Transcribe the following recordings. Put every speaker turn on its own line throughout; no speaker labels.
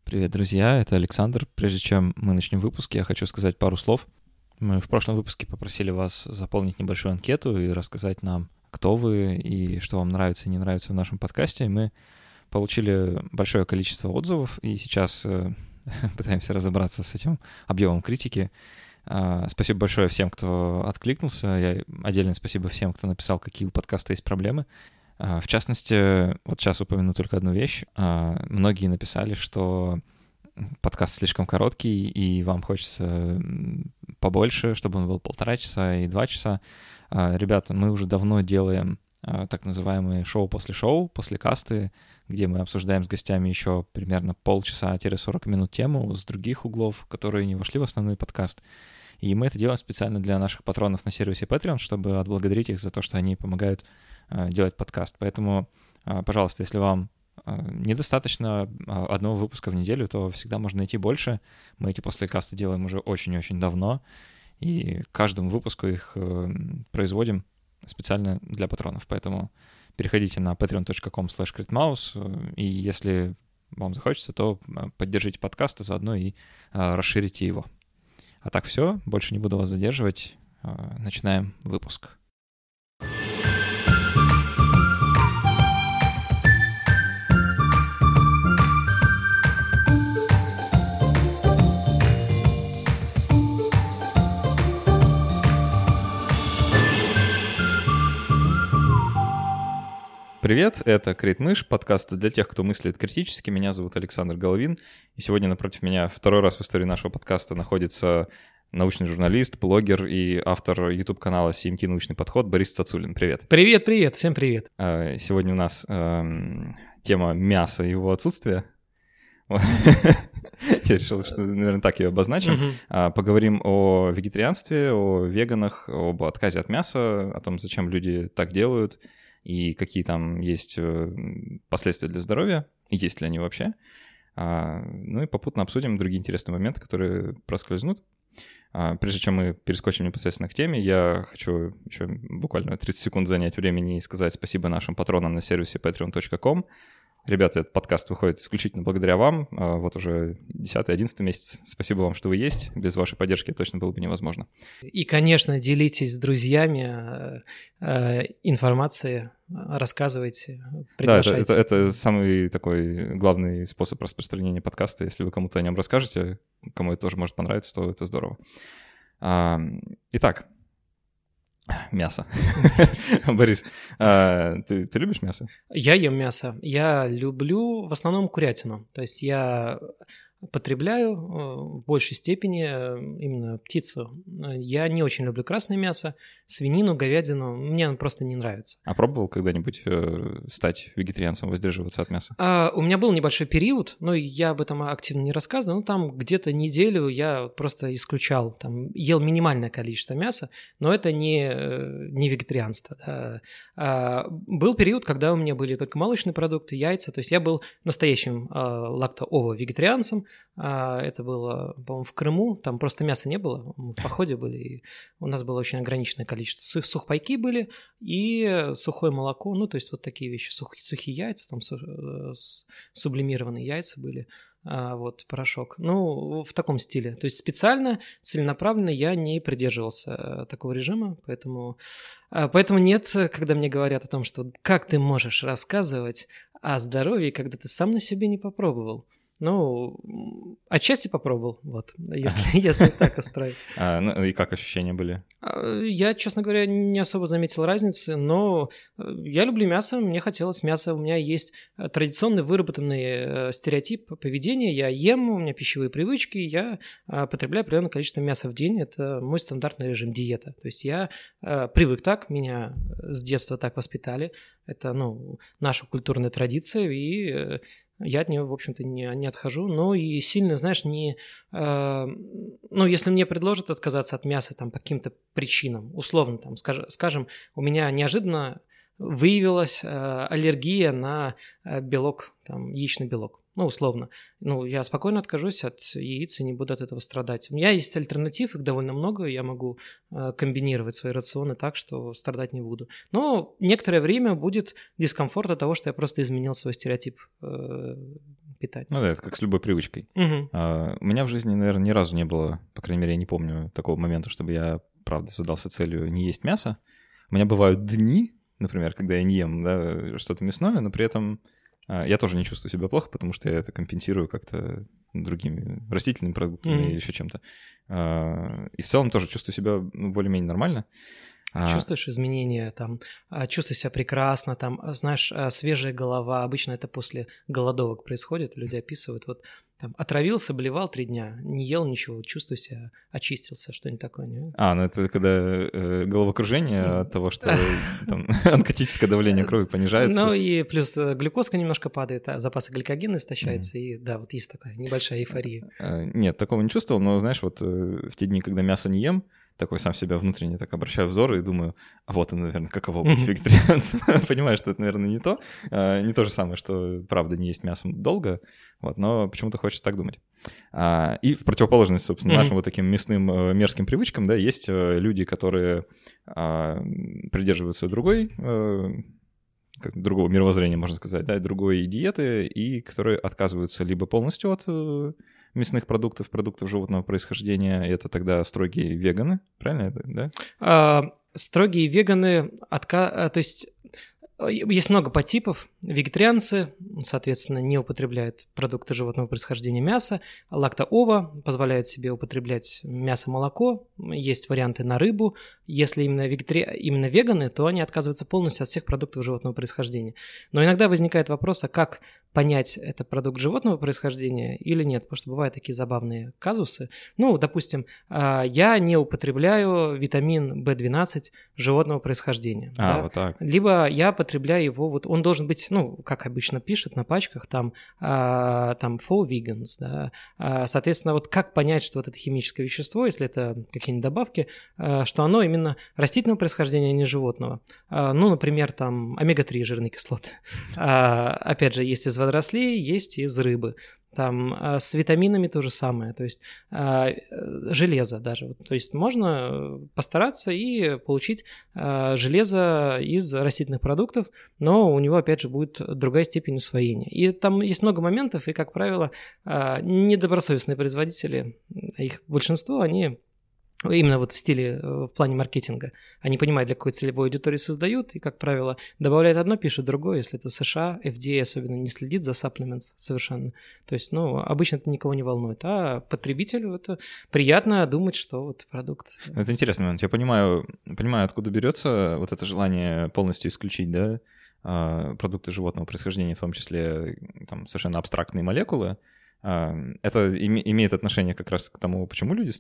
Привет, друзья, это Александр. Прежде чем мы начнем выпуск, я хочу сказать пару слов. Мы в прошлом выпуске попросили вас заполнить небольшую анкету и рассказать нам, кто вы и что вам нравится и не нравится в нашем подкасте. И мы получили большое количество отзывов, и сейчас пытаемся разобраться с этим объемом критики. Спасибо большое всем, кто откликнулся. Отдельное спасибо всем, кто написал, какие у подкаста есть проблемы. В частности, вот сейчас упомяну только одну вещь. Многие написали, что подкаст слишком короткий, и вам хочется побольше, чтобы он был 1,5 часа и 2 часа. Ребята, мы уже давно делаем так называемые шоу, после касты, где мы обсуждаем с гостями еще примерно полчаса-40 минут тему с других углов, которые не вошли в основной подкаст. И мы это делаем специально для наших патронов на сервисе Patreon, чтобы отблагодарить их за то, что они помогают делать подкаст. Поэтому, пожалуйста, если вам недостаточно одного выпуска в неделю, то всегда можно найти больше. Мы эти послекасты делаем уже очень-очень давно, и к каждому выпуску их производим специально для патронов. Поэтому переходите на patreon.com/critmouse, и если вам захочется, то поддержите подкаст, а заодно и расширите его. А так все, больше не буду вас задерживать. Начинаем выпуск. Привет, это Крит-мышь, подкаст для тех, кто мыслит критически. Меня зовут Александр Головин, и сегодня напротив меня второй раз в истории нашего подкаста находится научный журналист, блогер и автор YouTube-канала CMT «Научный подход» Борис Цацулин. Привет.
Привет, всем привет.
Сегодня у нас тема мяса и его отсутствия. Я решил, что, наверное, так ее обозначим. Поговорим о вегетарианстве, о веганах, об отказе от мяса, о том, зачем люди так делают, и какие там есть последствия для здоровья, и есть ли они вообще. Ну и попутно обсудим другие интересные моменты, которые проскользнут. Прежде чем мы перескочим непосредственно к теме, я хочу еще буквально 30 секунд занять времени и сказать спасибо нашим патронам на сервисе patreon.com. Ребята, этот подкаст выходит исключительно благодаря вам. Вот уже 10-11 месяц. Спасибо вам, что вы есть. Без вашей поддержки точно было бы невозможно.
И, конечно, делитесь с друзьями информацией, рассказывайте, приглашайте.
Да, это самый такой главный способ распространения подкаста. Если вы кому-то о нем расскажете, кому это тоже может понравиться, то это здорово. Итак, мясо. Борис, ты любишь мясо?
Я ем мясо. Я люблю в основном курятину. То есть я потребляю в большей степени именно птицу. Я не очень люблю красное мясо, свинину, говядину. Мне оно просто не нравится.
А пробовал когда-нибудь стать вегетарианцем, воздерживаться от мяса?
У меня был небольшой период, но я об этом активно не рассказывал. Ну, там где-то неделю я просто исключал. Там ел минимальное количество мяса, но это не вегетарианство. Да. Был период, когда у меня были только молочные продукты, яйца. То есть я был настоящим лакто-ово-вегетарианцем. Это было, по-моему, в Крыму, там просто мяса не было, мы в походе были, и у нас было очень ограниченное количество. Сухпайки были и сухое молоко, ну, то есть вот такие вещи, сухие яйца, там сублимированные яйца были, вот, порошок. Ну, в таком стиле. То есть специально, целенаправленно я не придерживался такого режима, поэтому нет, когда мне говорят о том, что как ты можешь рассказывать о здоровье, когда ты сам на себе не попробовал. Ну, отчасти попробовал, вот, если так устроить.
Ну и как ощущения были?
Я, честно говоря, не особо заметил разницы, но я люблю мясо, мне хотелось мяса. У меня есть традиционный выработанный стереотип поведения. Я ем, у меня пищевые привычки, я потребляю определенное количество мяса в день. Это мой стандартный режим диета. То есть я привык так, меня с детства так воспитали. Это, наша культурная традиция, и я от нее, в общем-то, не отхожу. Но и сильно, знаешь, если мне предложат отказаться от мяса там, по каким-то причинам, условно, там, скажем, у меня неожиданно выявилась аллергия на белок, там, яичный белок. Условно. Я спокойно откажусь от яиц и не буду от этого страдать. У меня есть альтернатив, их довольно много, я могу комбинировать свои рационы так, что страдать не буду. Но некоторое время будет дискомфорт от того, что я просто изменил свой стереотип питания.
Ну да, это как с любой привычкой. У меня в жизни, наверное, ни разу не было, по крайней мере, я не помню такого момента, чтобы я, правда, задался целью не есть мясо. У меня бывают дни, например, когда я не ем, да, что-то мясное, но при этом я тоже не чувствую себя плохо, потому что я это компенсирую как-то другими растительными продуктами или еще чем-то. И в целом тоже чувствую себя более-менее нормально.
Чувствуешь изменения, там, чувствуешь себя прекрасно, там, знаешь, свежая голова, обычно это после голодовок происходит, люди описывают, вот, там, отравился, болевал 3 дня, не ел ничего, чувствую себя, очистился, что-нибудь такое, не?
Ну это когда головокружение от того, что там онкотическое давление крови понижается.
Ну и плюс глюкозка немножко падает, а запасы гликогена истощаются, и да, вот есть такая небольшая эйфория.
Нет, такого не чувствовал, но, знаешь, вот в те дни, когда мясо не ем, такой сам себя внутренне так обращаю взор и думаю, а вот, наверное, каково быть вегетарианцем. Понимаю, что это, наверное, не то же самое, что, правда, не есть мясо долго, вот, но почему-то хочется так думать. И в противоположность, собственно, нашим вот таким мясным мерзким привычкам, да, есть люди, которые придерживаются другого мировоззрения, можно сказать, да, другой диеты, и которые отказываются либо полностью от мясных продуктов животного происхождения, это тогда строгие веганы, правильно, да?
Строгие веганы, то есть есть много подтипов. Вегетарианцы, соответственно, не употребляют продукты животного происхождения мяса. Лакто-ова позволяют себе употреблять мясо, молоко. Есть варианты на рыбу. Если именно веганы, то они отказываются полностью от всех продуктов животного происхождения. Но иногда возникает вопрос, а как понять, это продукт животного происхождения или нет, потому что бывают такие забавные казусы. Ну, допустим, я не употребляю витамин В12 животного происхождения. Да?
Вот так.
Либо я потребляю его, вот он должен быть, ну, как обычно пишут на пачках, там for vegans, да. Соответственно, вот как понять, что вот это химическое вещество, если это какие-нибудь добавки, что оно именно растительного происхождения, а не животного. Ну, например, там омега-3 жирные кислоты. Опять же, есть из водорослей, есть из рыбы. Там с витаминами то же самое, то есть железо даже. То есть можно постараться и получить железо из растительных продуктов, но у него, опять же, будет другая степень усвоения. И там есть много моментов, и, как правило, недобросовестные производители, их большинство, они именно вот в стиле, в плане маркетинга. Они понимают, для какой целевой аудитории создают, и, как правило, добавляют одно, пишут другое. Если это США, FDA особенно не следит за supplements совершенно. То есть, ну, обычно это никого не волнует. А потребителю это приятно думать, что вот продукт...
Это интересный момент. Я понимаю, откуда берется вот это желание полностью исключить, да, продукты животного происхождения, в том числе там совершенно абстрактные молекулы. Это имеет отношение как раз к тому, почему люди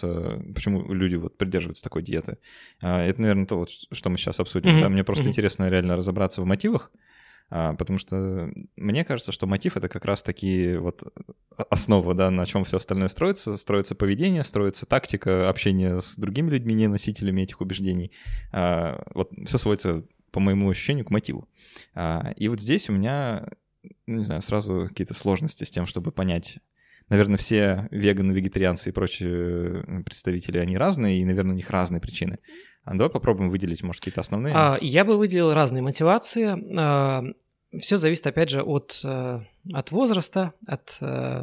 вот придерживаются такой диеты. Это, наверное, то, вот, что мы сейчас обсудим. Да? Мне просто интересно реально разобраться в мотивах, потому что мне кажется, что мотив — это как раз-таки вот основа, да, на чем все остальное строится. Строится поведение, строится тактика общения с другими людьми, не носителями этих убеждений. Вот все сводится, по моему ощущению, к мотиву. И вот здесь у меня... не знаю, сразу какие-то сложности с тем, чтобы понять. Наверное, все веганы, вегетарианцы и прочие представители, они разные, и, наверное, у них разные причины. Давай попробуем выделить, может, какие-то основные.
Я бы выделил разные мотивации. Все зависит, опять же, от возраста, от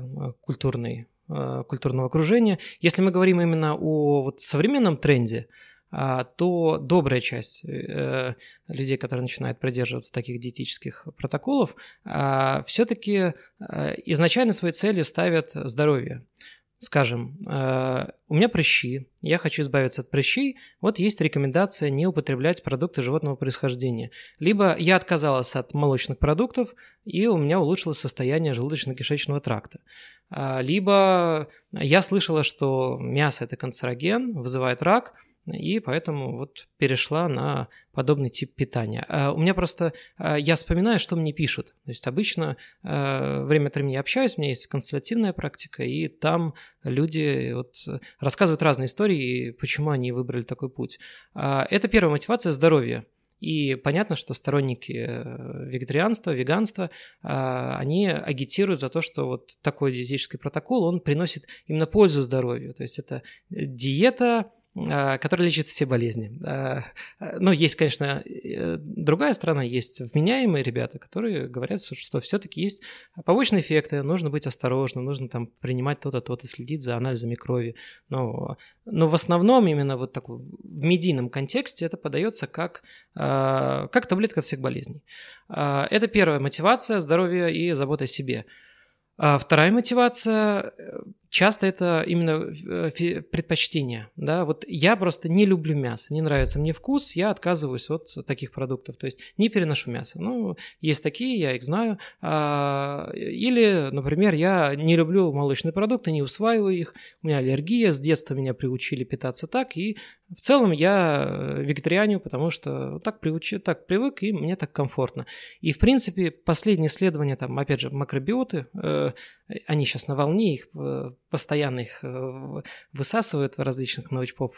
культурного окружения. Если мы говорим именно о вот современном тренде, то добрая часть людей, которые начинают придерживаться таких диетических протоколов, все-таки изначально своей целью ставят здоровье. Скажем, у меня прыщи, я хочу избавиться от прыщей, вот есть рекомендация не употреблять продукты животного происхождения. Либо я отказалась от молочных продуктов, и у меня улучшилось состояние желудочно-кишечного тракта. Либо я слышала, что мясо – это канцероген, вызывает рак, и поэтому вот перешла на подобный тип питания. У меня просто, я вспоминаю, что мне пишут. То есть обычно время от времени я общаюсь, у меня есть консультативная практика, и там люди вот рассказывают разные истории, почему они выбрали такой путь. Это первая мотивация – здоровье. И понятно, что сторонники вегетарианства, веганства, они агитируют за то, что вот такой диетический протокол, он приносит именно пользу здоровью. То есть это диета который лечит все болезни. Но есть, конечно, другая сторона, есть вменяемые ребята, которые говорят, что все-таки есть побочные эффекты, нужно быть осторожным, нужно там принимать то-то, то-то, следить за анализами крови. Но в основном именно вот так в медийном контексте это подается как таблетка от всех болезней. Это первая мотивация – здоровье и забота о себе. Вторая мотивация часто это именно предпочтение. Да? Вот я просто не люблю мясо, не нравится мне вкус, я отказываюсь от таких продуктов, то есть не переношу мясо. Ну, есть такие, я их знаю. Или, например, я не люблю молочные продукты, не усваиваю их, у меня аллергия, с детства меня приучили питаться так, и в целом я вегетарианю, потому что так привык, и мне так комфортно. И, в принципе, последние исследования, там, опять же, макробиоты, они сейчас на волне, их постоянно их высасывают в различных научпоп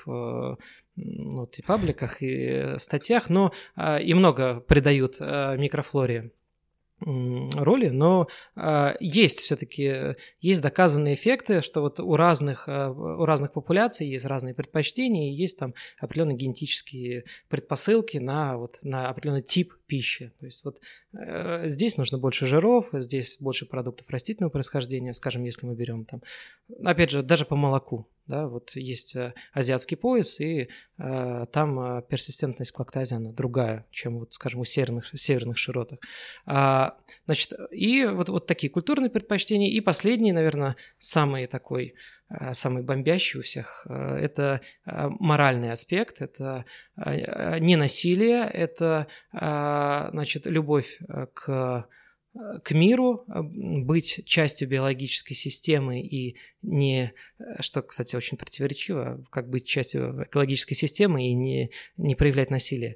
и пабликах, и статьях, но и много придают микрофлоре роли, но есть все-таки доказанные эффекты, что вот у разных популяций есть разные предпочтения, и есть там определенные генетические предпосылки на определенный тип пищи. То есть вот здесь нужно больше жиров, здесь больше продуктов растительного происхождения, скажем, если мы берем там, опять же, даже по молоку. Да, вот есть азиатский пояс, и там персистентность к лактазе, она другая, чем, вот, скажем, у северных широтах. Значит, и вот такие культурные предпочтения. И последний, наверное, самый бомбящий у всех, это моральный аспект, это ненасилие, это, значит, любовь к миру, быть частью биологической системы и не, что, кстати, очень противоречиво, как быть частью экологической системы и не проявлять насилие.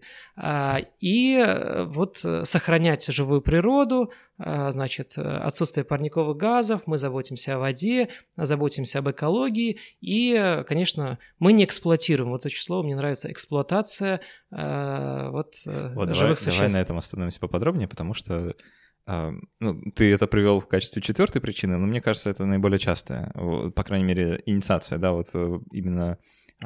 И вот сохранять живую природу, значит, отсутствие парниковых газов, мы заботимся о воде, заботимся об экологии, и, конечно, мы не эксплуатируем. Вот это слово мне нравится, эксплуатация живых существ.
Давай на этом остановимся поподробнее, потому что ты это привел в качестве четвертой причины, но мне кажется, это наиболее частая, по крайней мере, инициация, да, вот именно,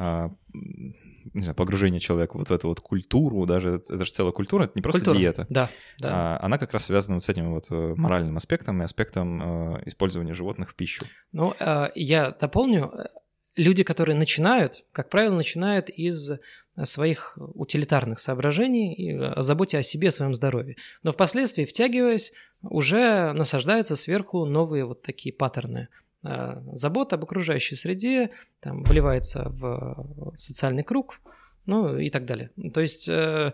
не знаю, погружение человека вот в эту вот культуру, даже это же целая культура, это не просто диета.
Да.
Она как раз связана вот с этим вот моральным аспектом и аспектом использования животных в пищу.
Ну, я дополню, люди, которые начинают, как правило, начинают из своих утилитарных соображений и о заботе о себе, о своем здоровье. Но впоследствии, втягиваясь, уже насаждаются сверху новые вот такие паттерны. Забота об окружающей среде, там, вливается в социальный круг, ну и так далее. То есть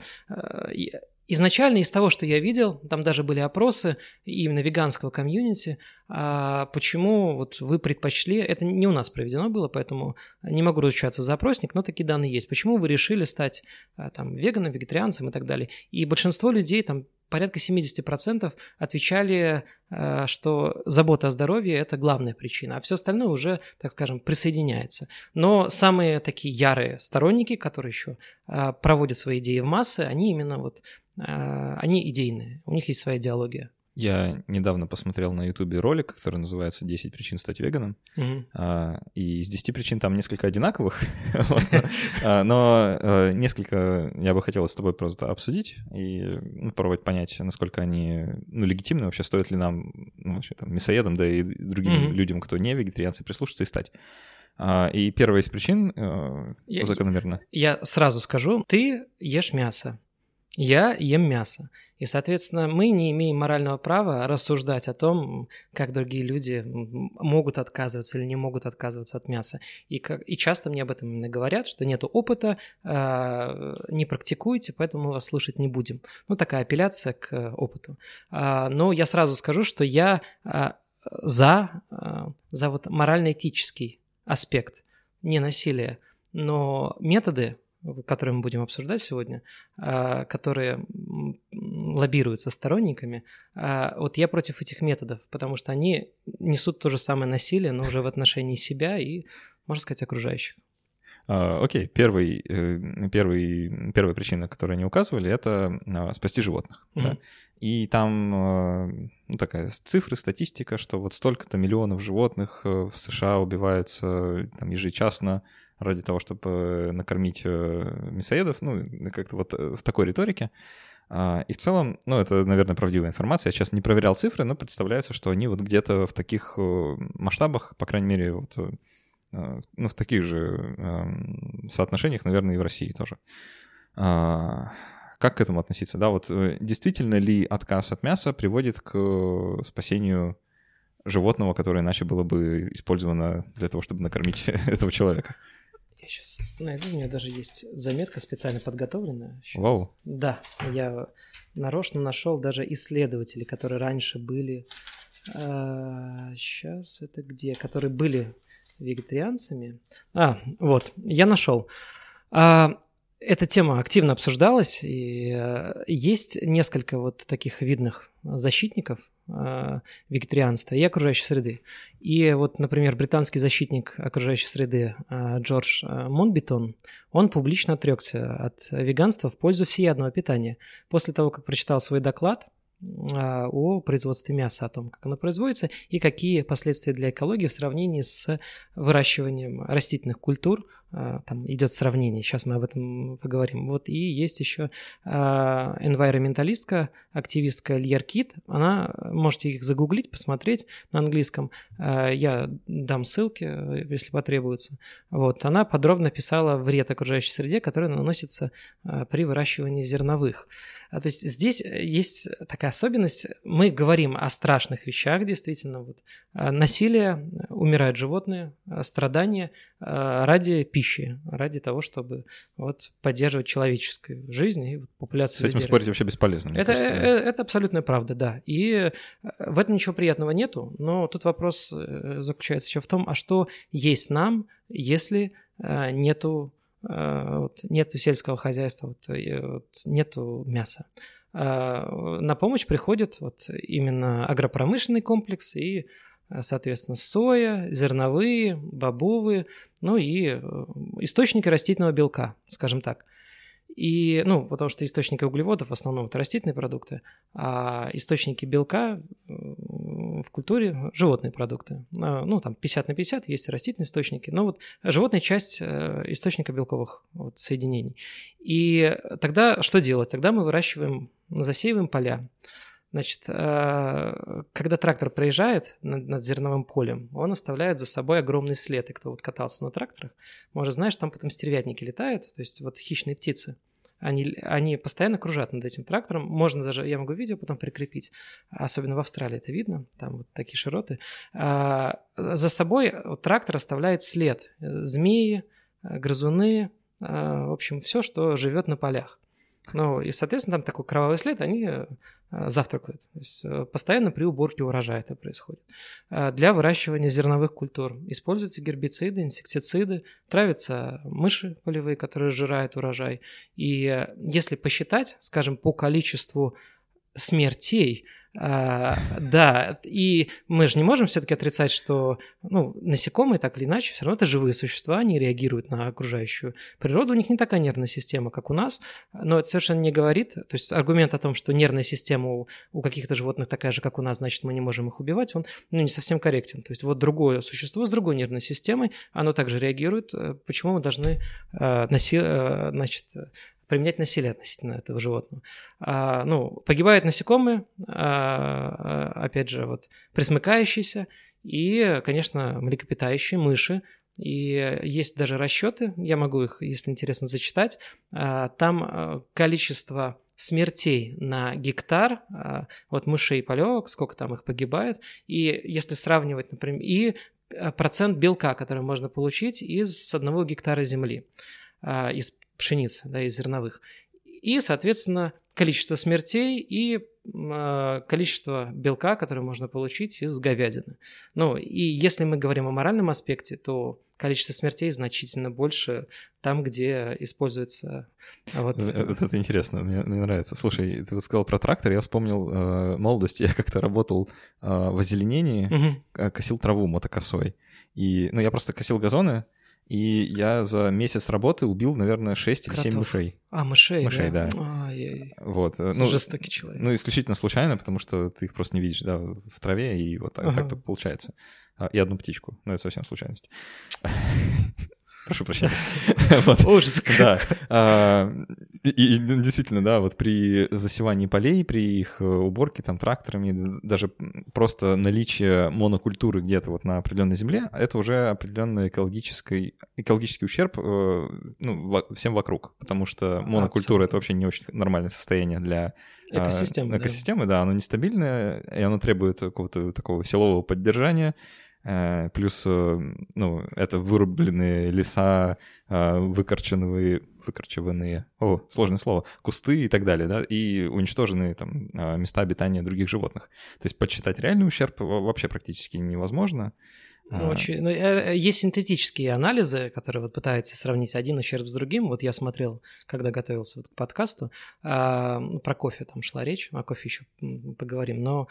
изначально из того, что я видел, там даже были опросы именно веганского комьюнити, почему вот вы предпочли, это не у нас проведено было, поэтому не могу ручаться за опросник, но такие данные есть. Почему вы решили стать там веганом, вегетарианцем и так далее? И большинство людей, там порядка 70% отвечали, что забота о здоровье – это главная причина, а все остальное уже, так скажем, присоединяется. Но самые такие ярые сторонники, которые еще проводят свои идеи в массы, они именно вот они идейные, у них есть своя идеология.
Я недавно посмотрел на Ютубе ролик, который называется «10 причин стать веганом», и из 10 причин там несколько одинаковых, но несколько я бы хотел с тобой просто обсудить и попробовать понять, насколько они легитимны, вообще стоит ли нам вообще, там, мясоедам, да и другим людям, кто не вегетарианцы, прислушаться и стать. И первая из причин закономерно.
Я сразу скажу, ты ешь мясо. Я ем мясо. И, соответственно, мы не имеем морального права рассуждать о том, как другие люди могут отказываться или не могут отказываться от мяса. И часто мне об этом именно говорят, что нету опыта, не практикуете, поэтому мы вас слушать не будем. Ну, такая апелляция к опыту. Но я сразу скажу, что я за вот морально-этический аспект, не насилие, но методы, которые мы будем обсуждать сегодня, которые лоббируются сторонниками, вот я против этих методов, потому что они несут то же самое насилие, но уже в отношении себя и, можно сказать, окружающих.
Окей, первая причина, которую они указывали, это спасти животных. Да? И там такая цифра, статистика, что вот столько-то миллионов животных в США убивается там, ежечасно ради того, чтобы накормить мясоедов, ну, как-то вот в такой риторике. И в целом, ну, это, наверное, правдивая информация. Я сейчас не проверял цифры, но представляется, что они вот где-то в таких масштабах, по крайней мере, вот, ну, в таких же соотношениях, наверное, и в России тоже. Как к этому относиться? Да, вот действительно ли отказ от мяса приводит к спасению животного, которое иначе было бы использовано для того, чтобы накормить этого человека?
Я сейчас найду, у меня даже есть заметка специально подготовленная. Сейчас.
Вау.
Да, я нарочно нашел даже исследователей, которые раньше были... сейчас это где? Которые были вегетарианцами. Вот, я нашел. Эта тема активно обсуждалась, и есть несколько вот таких видных защитников вегетарианства и окружающей среды. И вот, например, британский защитник окружающей среды Джордж Монбитон, он публично отрекся от веганства в пользу всеядного питания после того, как прочитал свой доклад о производстве мяса, о том, как оно производится и какие последствия для экологии в сравнении с выращиванием растительных культур. Там идет сравнение, сейчас мы об этом поговорим. Вот и есть еще энвайроменталистка, активистка Льер Кит, она, можете их загуглить, посмотреть на английском, я дам ссылки, если потребуется. Вот, она подробно писала вред окружающей среде, который наносится при выращивании зерновых. То есть здесь есть такая особенность, мы говорим о страшных вещах, действительно, вот, насилие, умирают животные, страдания ради пищи, ради того, чтобы вот поддерживать человеческую жизнь и популяцию.
С этим спорить вообще бесполезно.
Это абсолютная правда, да. И в этом ничего приятного нету, но тут вопрос заключается еще в том, а что есть нам, если нету сельского хозяйства, нету мяса. На помощь приходит вот именно агропромышленный комплекс и, соответственно, соя, зерновые, бобовые, ну и источники растительного белка, скажем так. И, потому что источники углеводов в основном это растительные продукты, а источники белка в культуре – животные продукты. Там 50 на 50 есть растительные источники, но вот животная часть источника белковых соединений. И тогда что делать? Тогда мы засеиваем поля. Значит, когда трактор проезжает над зерновым полем, он оставляет за собой огромный след. И кто вот катался на тракторах, может, знаешь, там потом стервятники летают, то есть вот хищные птицы. Они постоянно кружат над этим трактором. Можно даже, я могу видео потом прикрепить, особенно в Австралии это видно, там вот такие широты. За собой трактор оставляет след. Змеи, грызуны, в общем, все, что живет на полях. И, соответственно, там такой кровавый след, они завтракают. То есть постоянно при уборке урожая это происходит. Для выращивания зерновых культур используются гербициды, инсектициды, травятся мыши полевые, которые сжирают урожай. И если посчитать, скажем, по количеству смертей, да, и мы же не можем все-таки отрицать, что насекомые так или иначе все равно это живые существа, они реагируют на окружающую природу, у них не такая нервная система, как у нас, но это совершенно не говорит, то есть аргумент о том, что нервная система у каких-то животных такая же, как у нас, значит, мы не можем их убивать, он не совсем корректен. То есть вот другое существо с другой нервной системой, оно также реагирует, почему мы должны применять насилие относительно этого животного. Погибают насекомые, опять же, пресмыкающиеся и, конечно, млекопитающие, мыши. И есть даже расчеты, я могу их, если интересно, зачитать. Там количество смертей на гектар мышей полевок, сколько там их погибает. И если сравнивать, например, и процент белка, который можно получить с 1 гектара земли, из пшеницы, да, из зерновых. И, соответственно, количество смертей и количество белка, которое можно получить из говядины. И если мы говорим о моральном аспекте, то количество смертей значительно больше там, где используется...
Это интересно, мне нравится. Слушай, ты сказал про трактор, я вспомнил молодость, я как-то работал в озеленении, косил траву мотокосой. И, я просто косил газоны, и я за месяц работы убил, наверное, 6 или 7 мышей.
Мышей,
да?
Ай-яй.
Вот.
Жестокий человек.
Исключительно случайно, потому что ты их просто не видишь, да, в траве, и вот так-то получается. И 1 птичку. Это совсем случайность. Прошу прощения.
Ужас.
Да. И действительно, да, вот при засевании полей, при их уборке там тракторами, даже просто наличие монокультуры где-то вот на определенной земле, это уже определенный экологический ущерб всем вокруг, потому что монокультура — это вообще не очень нормальное состояние для экосистемы, да, оно нестабильное, и оно требует какого-то такого силового поддержания. Плюс, это вырубленные леса, выкорчеванные, сложное слово, кусты и так далее, да, и уничтоженные там места обитания других животных. То есть подсчитать реальный ущерб вообще практически невозможно.
Есть синтетические анализы, которые вот пытаются сравнить один ущерб с другим. Вот я смотрел, когда готовился к подкасту, про кофе там шла речь, о кофе еще поговорим, но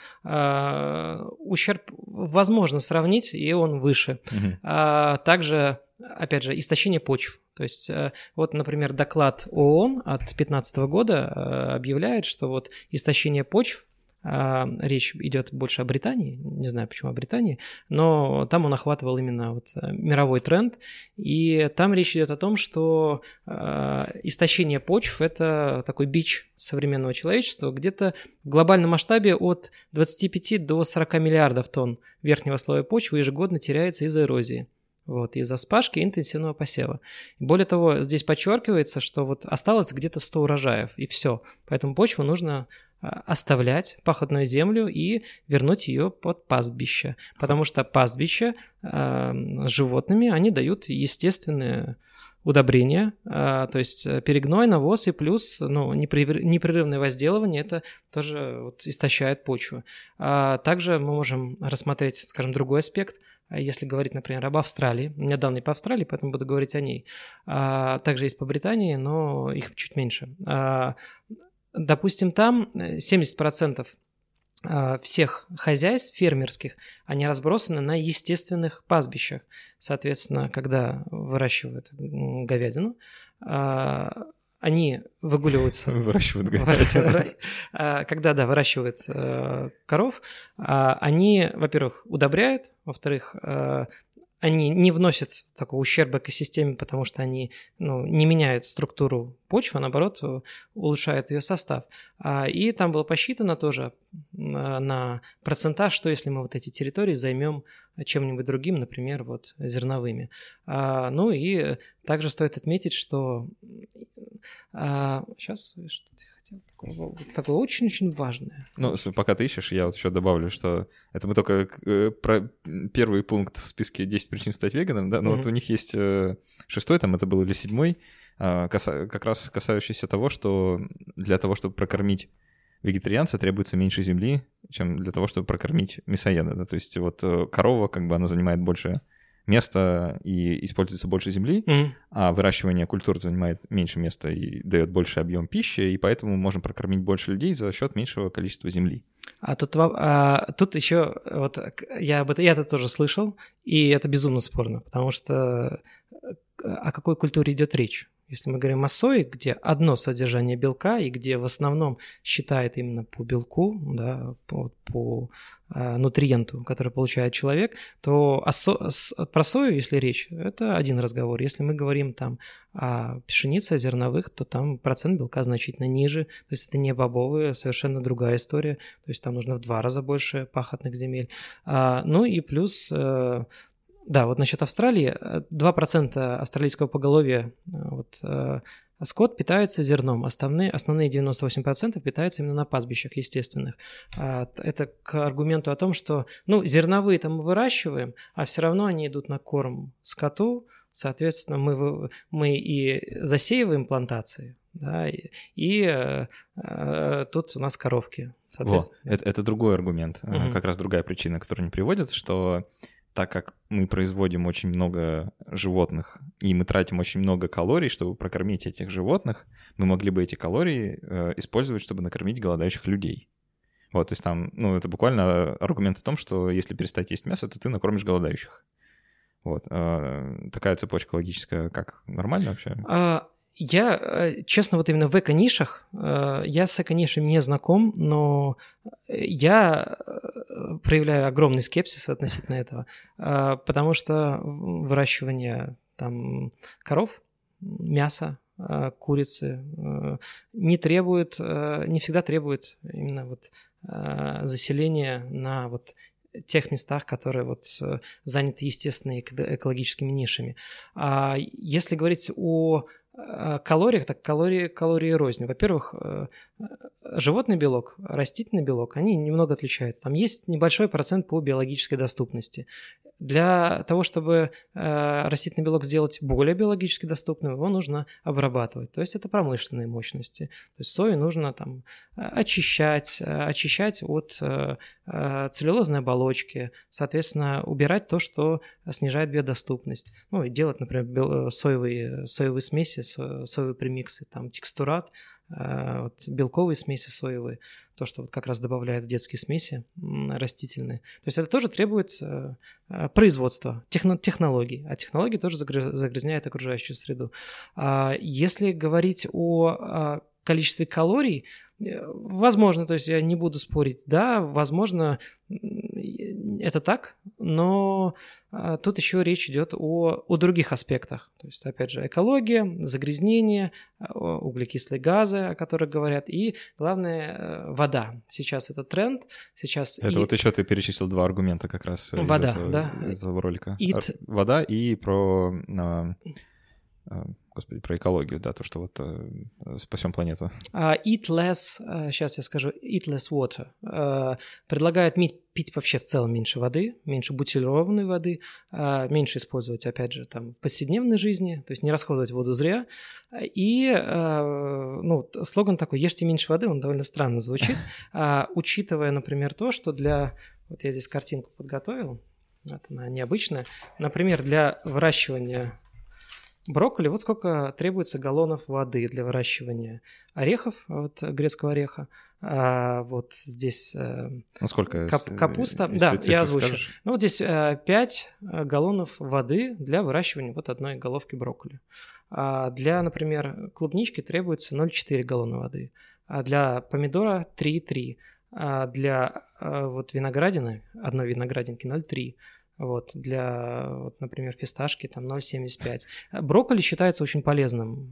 ущерб возможно сравнить, и он выше. Также, опять же, истощение почв. То есть, вот, например, доклад ООН от 2015 года объявляет, что вот истощение почв, речь идет больше о Британии, не знаю, почему о Британии, но там он охватывал именно вот мировой тренд, и там речь идет о том, что истощение почв – это такой бич современного человечества, где-то в глобальном масштабе от 25 до 40 миллиардов тонн верхнего слоя почвы ежегодно теряется из-за эрозии. Вот, из-за вспашки и интенсивного посева. Более того, здесь подчеркивается, что вот осталось где-то 100 урожаев, и все. Поэтому почву нужно оставлять, пахотную землю, и вернуть ее под пастбище. Потому что пастбища с животными, они дают естественные удобрения, то есть перегной, навоз и плюс непрерывное возделывание, это тоже вот истощает почву. Также мы можем рассмотреть, скажем, другой аспект. Если говорить, например, об Австралии, у меня данные по Австралии, поэтому буду говорить о ней. Также есть по Британии, но их чуть меньше. Допустим, там 70% всех хозяйств фермерских, они разбросаны на естественных пастбищах. Соответственно, когда выращивают говядину, они выгуливаются.
Выращивают говядину.
Когда, выращивают коров, они, во-первых, удобряют, во-вторых, они не вносят такого ущерба экосистеме, потому что они не меняют структуру почвы, а наоборот улучшают ее состав. И там было посчитано тоже на процентаж, что если мы вот эти территории займем чем-нибудь другим, например, вот зерновыми. И также стоит отметить, что сейчас что-то такое очень-очень важное.
Пока ты ищешь, я вот еще добавлю, что это мы только про первый пункт в списке 10 причин стать веганом, да, но вот у них есть 6-й, там это был или 7-й, как раз касающийся того, что для того, чтобы прокормить вегетарианца, требуется меньше земли, чем для того, чтобы прокормить мясоеда, да, то есть вот корова, она занимает больше места и используется больше земли, а выращивание культур занимает меньше места и дает больше объем пищи, и поэтому мы можем прокормить больше людей за счет меньшего количества земли.
Тут еще, вот я это тоже слышал, и это безумно спорно, потому что о какой культуре идет речь? Если мы говорим о сое, где одно содержание белка и где в основном считает именно по белку, да, по нутриенту, который получает человек, то про сою, если речь, это один разговор. Если мы говорим там о пшенице, о зерновых, то там процент белка значительно ниже, то есть это не бобовые, совершенно другая история, то есть там нужно в 2 раза больше пахотных земель. И плюс... Да, вот насчет Австралии, 2% австралийского поголовья скот питается зерном, основные 98% питаются именно на пастбищах естественных. Это к аргументу о том, что зерновые-то мы выращиваем, а все равно они идут на корм скоту, соответственно, мы и засеиваем плантации, да, и тут у нас коровки.
Это другой аргумент, как раз другая причина, которую они приводят, что так как мы производим очень много животных, и мы тратим очень много калорий, чтобы прокормить этих животных, мы могли бы эти калории использовать, чтобы накормить голодающих людей. Вот, то есть там, это буквально аргумент о том, что если перестать есть мясо, то ты накормишь голодающих. Вот. Такая цепочка логическая, как нормально вообще?
Я, честно, вот именно в эко-нишах, я с эко-нишами не знаком, но я проявляю огромный скепсис относительно этого, потому что выращивание там коров, мяса, курицы, не всегда требует именно вот заселения на вот тех местах, которые вот заняты естественными экологическими нишами. А если говорить о калориях, так калории рознь. Во-первых, животный белок, растительный белок, они немного отличаются. Там есть небольшой процент по биологической доступности. Для того, чтобы растительный белок сделать более биологически доступным, его нужно обрабатывать. То есть это промышленные мощности. То есть сою нужно там очищать от целлюлозной оболочки, соответственно, убирать то, что снижает биодоступность. Ну и делать, например, соевые смеси, соевые премиксы, там текстурат, вот, белковые смеси соевые, то, что вот как раз добавляют в детские смеси растительные. То есть это тоже требует производства, технологий, а технологии тоже загрязняют окружающую среду. Если говорить о количестве калорий, возможно, то есть я не буду спорить, да, возможно, это так, но тут еще речь идет о других аспектах. То есть, опять же, экология, загрязнение, углекислые газы, о которых говорят, и, главное, вода. Сейчас это тренд.
Это вот еще ты перечислил два аргумента как раз
вода,
из этого ролика. Вода и про экологию, да, то, что вот спасем планету.
Eat less, сейчас я скажу, eat less water. Предлагают пить вообще в целом меньше воды, меньше бутилированной воды, меньше использовать, опять же, там, в повседневной жизни, то есть не расходовать воду зря. И, слоган такой «Ешьте меньше воды», он довольно странно звучит, учитывая, например, то, что вот я здесь картинку подготовил, вот она необычная, например, для выращивания брокколи, вот сколько требуется галлонов воды для выращивания орехов, вот грецкого ореха. Вот здесь
сколько,
капуста. Да, я озвучу. Скажешь? Вот здесь 5 галлонов воды для выращивания вот одной головки брокколи. Для, например, клубнички требуется 0,4 галлона воды. Для помидора 3,3. Для вот виноградины, одной виноградинки 0,3. Вот, для, вот, например, фисташки там 0,75. Брокколи считается очень полезным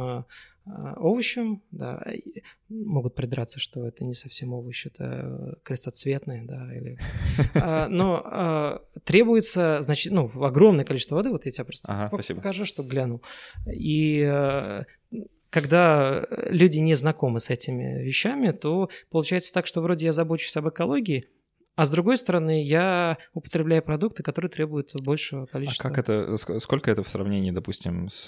овощем, да, могут придраться, что это не совсем овощ, это крестоцветный, да, или... Но требуется, значит, огромное количество воды, вот я тебе просто покажу, чтобы глянул. И когда люди не знакомы с этими вещами, то получается так, что вроде я забочусь об экологии, а с другой стороны, я употребляю продукты, которые требуют большего количества.
А сколько это в сравнении, допустим, с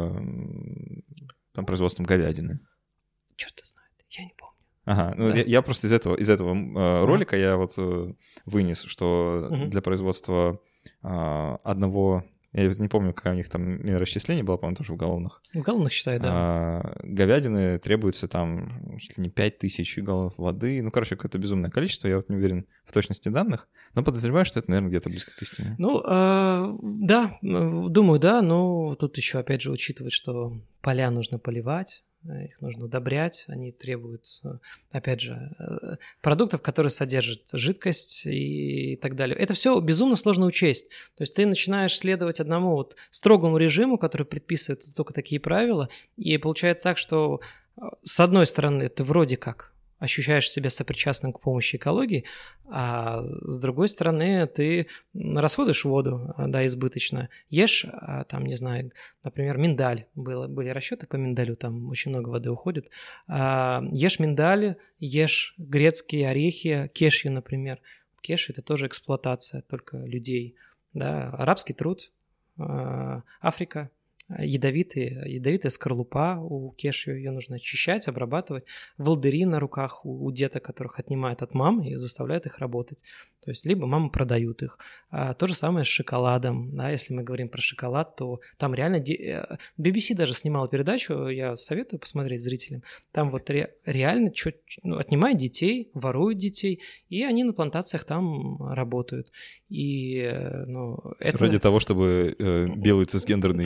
производством говядины?
Черт знает, я не помню.
Да. Я просто из этого ролика я вот вынес, что для производства одного... Я не помню, какое у них там миросчисление было, по-моему, тоже в галлонах.
В галлонах считаю, да.
Говядины требуется там чуть ли не 5000 галлонов воды. Какое-то безумное количество, я вот не уверен в точности данных, но подозреваю, что это, наверное, где-то близко к истине.
Да, думаю, да, но тут еще, опять же, учитывать, что поля нужно поливать, их нужно удобрять, они требуют, опять же, продуктов, которые содержат жидкость и так далее. Это все безумно сложно учесть. То есть ты начинаешь следовать одному вот строгому режиму, который предписывает только такие правила, и получается так, что с одной стороны ты вроде как ощущаешь себя сопричастным к помощи экологии, а с другой стороны ты расходуешь воду, да, избыточно. Ешь, там, не знаю, например, миндаль. Были расчеты по миндалю, там очень много воды уходит. Ешь миндаль, ешь грецкие орехи, кешью, например. Кешью – это тоже эксплуатация только людей. Да. Арабский труд, Африка. Ядовитая скорлупа у кешью, ее нужно очищать, обрабатывать. Волдыри на руках у деток, которых отнимают от мамы и заставляют их работать. То есть либо мамы продают их. То же самое с шоколадом. Да, если мы говорим про шоколад, то там реально... BBC даже снимала передачу, я советую посмотреть зрителям. Там вот реально отнимают детей, воруют детей, и они на плантациях там работают. И,
это... Ради того, чтобы белый цисгендерный человек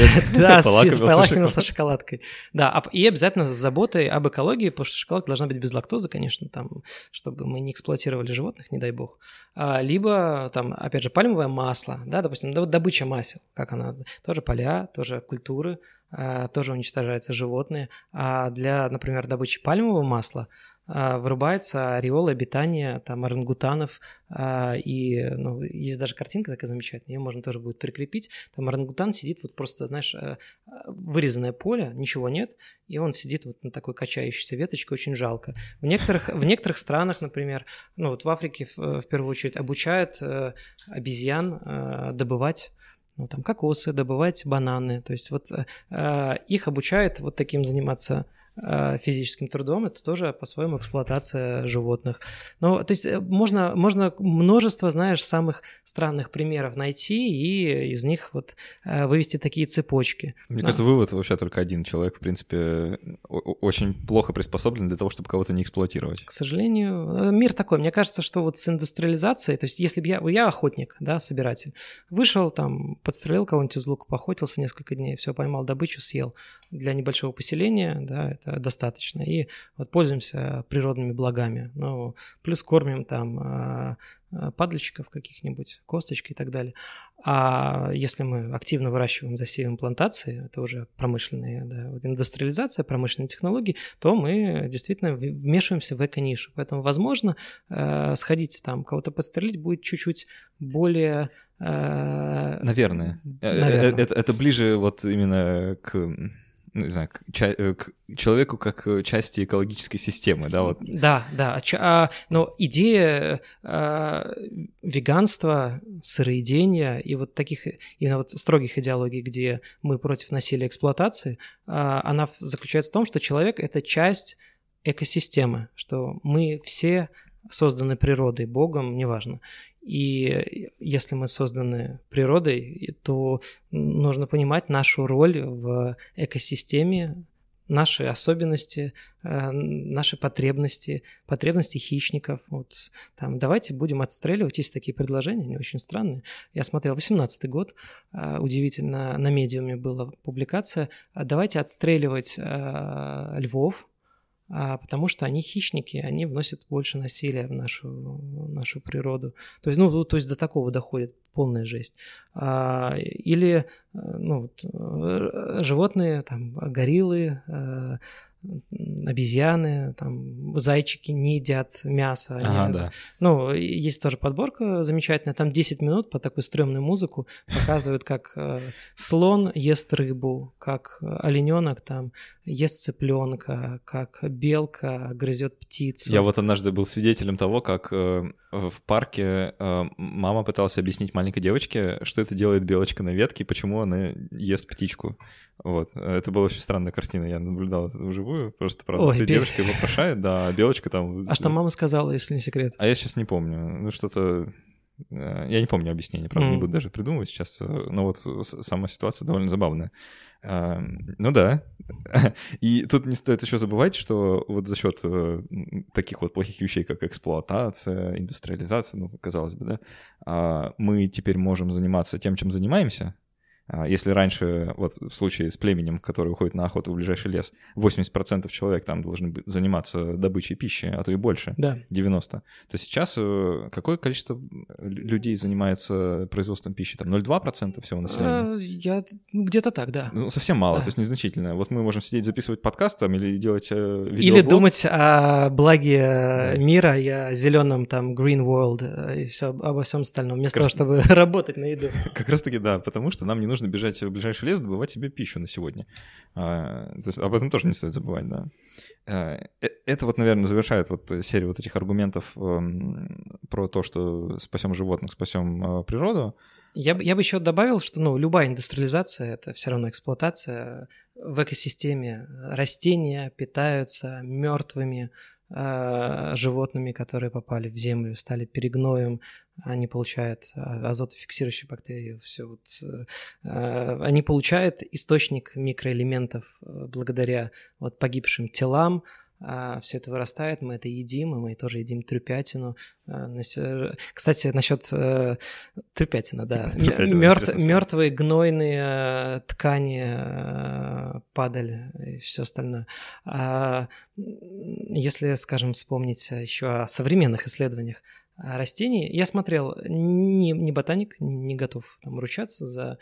человек
полакомился шоколадкой. Да, и обязательно с заботой об экологии, потому что шоколадка должна быть без лактозы, конечно, там, чтобы мы не эксплуатировали животных, не дай бог. Либо, там, опять же, пальмовое масло, да, допустим, добыча масел, как она, тоже поля, тоже культуры, тоже уничтожаются животные. А для, например, добычи пальмового масла вырубается ореол обитания там орангутанов, и есть даже картинка такая замечательная, ее можно тоже будет прикрепить. Там орангутан сидит вот просто, знаешь, вырезанное поле, ничего нет, и он сидит вот на такой качающейся веточке, очень жалко. В некоторых странах, например, вот в Африке в первую очередь обучают обезьян добывать там кокосы, добывать бананы, то есть вот их обучают вот таким заниматься физическим трудом, это тоже по-своему эксплуатация животных. Ну, то есть можно множество, знаешь, самых странных примеров найти и из них вот вывести такие цепочки.
Мне кажется, вывод вообще только один. Человек, в принципе, очень плохо приспособлен для того, чтобы кого-то не эксплуатировать.
К сожалению, мир такой. Мне кажется, что вот с индустриализацией, то есть если бы я охотник, да, собиратель, вышел там, подстрелил кого-нибудь из лука, поохотился несколько дней, все, поймал добычу, съел. Для небольшого поселения, да, это достаточно. И вот пользуемся природными благами. Ну, плюс кормим там падальщиков каких-нибудь, косточки и так далее. А если мы активно выращиваем, засеиваем плантации, это уже промышленная, да, вот индустриализация, промышленные технологии, то мы действительно вмешиваемся в эко-нишу. Поэтому, возможно, сходить там, кого-то подстрелить будет чуть-чуть более...
Наверное. Это ближе вот именно к... не знаю, к человеку как части экологической системы, да, вот.
Да, но идея веганства, сыроедения и вот таких именно вот строгих идеологий, где мы против насилия и эксплуатации, она заключается в том, что человек — это часть экосистемы, что мы все созданы природой, Богом, неважно. И если мы созданы природой, то нужно понимать нашу роль в экосистеме, наши особенности, наши потребности хищников. Вот там давайте будем отстреливать. Есть такие предложения, они очень странные. Я смотрел 18-й год, удивительно, на Медиуме была публикация. Давайте отстреливать львов, потому что они хищники, они вносят больше насилия в нашу природу. То есть до такого доходит полная жесть. Или животные, там, гориллы, обезьяны, там, зайчики не едят мясо.
Да.
Есть тоже подборка замечательная, там 10 минут по такой стрёмную музыку показывают, как слон ест рыбу, как олененок там ест цыпленка, как белка грызет птицу.
Я вот однажды был свидетелем того, как в парке мама пыталась объяснить маленькой девочке, что это делает белочка на ветке, почему она ест птичку. Вот. Это была очень странная картина, я наблюдал это вживую, просто, правда, стоит девочка и вопрошает, да, а белочка там...
А что мама сказала, если не секрет?
А я сейчас не помню, что-то... Я не помню объяснение, правда, не буду даже придумывать сейчас, но вот сама ситуация довольно забавная. Да. И тут не стоит еще забывать, что вот за счет таких вот плохих вещей, как эксплуатация, индустриализация, казалось бы, да, мы теперь можем заниматься тем, чем занимаемся. Если раньше, вот в случае с племенем, который уходит на охоту в ближайший лес, 80% человек там должны заниматься добычей пищи, а то и больше,
да.
90%, то сейчас какое количество людей занимается производством пищи? Там 0,2% всего населения?
Где-то так, да.
Совсем мало, то есть незначительно. Вот мы можем сидеть записывать подкаст там или делать видеоблог.
Или думать о благе мира и о зеленом там Green World и обо всем остальном, вместо того, чтобы работать на еду.
Как раз-таки, да, потому что нам не нужно бежать в ближайший лес, добывать себе пищу на сегодня. То есть об этом тоже не стоит забывать, да. Это вот, наверное, завершает вот серию вот этих аргументов про то, что спасем животных, спасем природу.
Я бы еще добавил, что любая индустриализация — это все равно эксплуатация. В экосистеме растения питаются мертвыми животными, которые попали в землю, стали перегноем, они получают азотофиксирующие бактерии, все вот, они получают источник микроэлементов благодаря вот погибшим телам, все это вырастает, мы это едим, и мы тоже едим трюпятину. Кстати, насчет трюпятина, да. Мертвые гнойные ткани, падаль и все остальное. Если, скажем, вспомнить еще о современных исследованиях растений, я смотрел, не ботаник, не готов там ручаться за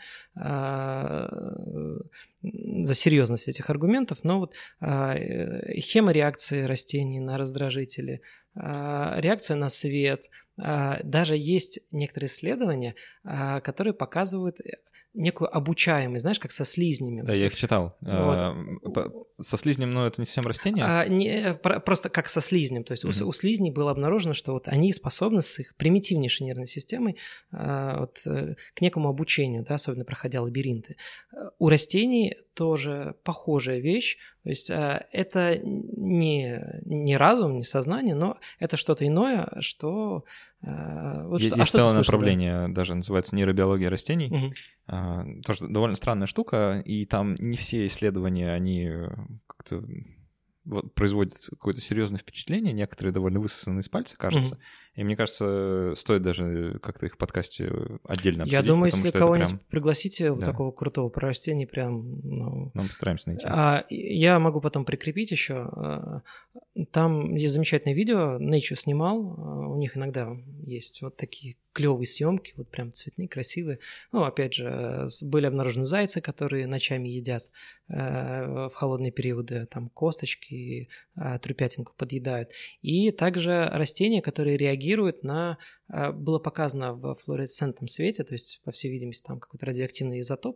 серьезность этих аргументов, но вот хемореакции растений на раздражители, реакция на свет, даже есть некоторые исследования, которые показывают некую обучаемость, знаешь, как со слизнями.
Да, я их читал.
Вот.
Со слизнем, но это не совсем растение?
Просто как со слизнем. То есть у слизней было обнаружено, что вот они способны с их примитивнейшей нервной системой к некому обучению, да, особенно проходя лабиринты. У растений тоже похожая вещь. То есть это не разум, не сознание, но это что-то иное, что...
Есть целое направление, даже называется нейробиология растений. Тоже довольно странная штука, и там не все исследования, они как-то производят какое-то серьезное впечатление, некоторые довольно высосаны из пальца, кажется. И мне кажется, стоит даже как-то их в подкасте отдельно обсудить.
Я думаю, если кого-нибудь пригласите вот такого крутого про растений, прям...
Мы постараемся найти.
Я могу потом прикрепить еще. Там есть замечательное видео, Nature снимал, у них иногда есть вот такие клевые съемки, вот прям цветные, красивые. Ну, опять же, были обнаружены зайцы, которые ночами едят в холодные периоды, там косточки, трюпятинку подъедают. И также растения, которые реагируют на... Было показано в флуоресцентном свете, то есть, по всей видимости, там какой-то радиоактивный изотоп,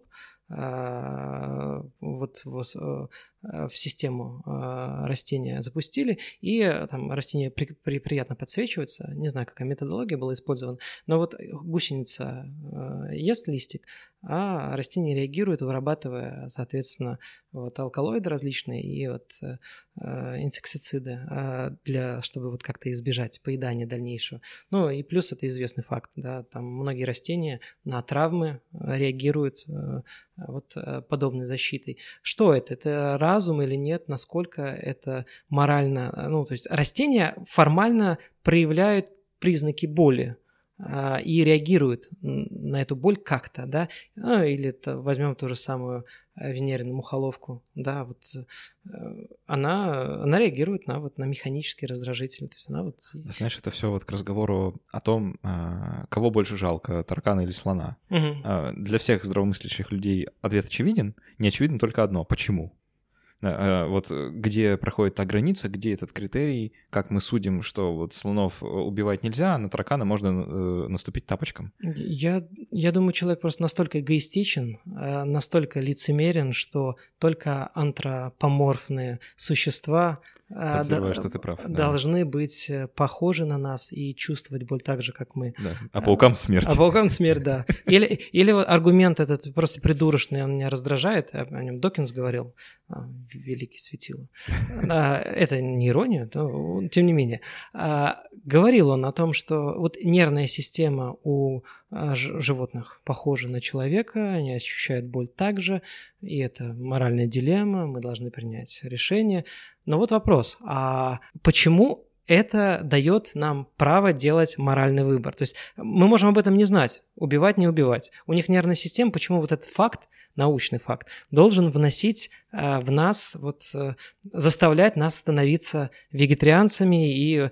вот в систему растения запустили, и там растение приятно подсвечивается. Не знаю, какая методология была использована, но вот гусеница ест листик, а растение реагирует, вырабатывая, соответственно, вот алкалоиды различные и вот инсектициды, чтобы вот как-то избежать поедания дальнейшего. Ну и плюс это известный факт, да, там многие растения на травмы реагируют вот подобной защитой. Что это? Это разум или нет? Насколько это морально? Ну, то есть растения формально проявляют признаки боли и реагируют на эту боль как-то, да, или возьмем ту же самую венерину мухоловку, да, вот она реагирует на механические раздражители, то есть она вот...
Знаешь, это все вот к разговору о том, кого больше жалко, таракана или слона. Для всех здравомыслящих людей ответ очевиден, не очевидно только одно: почему? Вот где проходит та граница, где этот критерий, как мы судим, что вот слонов убивать нельзя, а на таракана можно наступить тапочком.
Я думаю, человек просто настолько эгоистичен, настолько лицемерен, что только антропоморфные существа
что ты прав,
должны быть похожи на нас и чувствовать боль так же, как мы.
Да. А паукам смерть.
А паукам смерть, да. Или вот аргумент этот просто придурочный, он меня раздражает, о нем Докинс говорил, великий светило. Это не ирония, но тем не менее. Говорил он о том, что вот нервная система у животных похожа на человека, они ощущают боль так же, и это моральная дилемма, мы должны принять решение. Но вот вопрос, а почему это дает нам право делать моральный выбор? То есть мы можем об этом не знать, убивать, не убивать. У них нервная система, почему вот этот факт, научный факт, должен вносить в нас, вот, заставлять нас становиться вегетарианцами и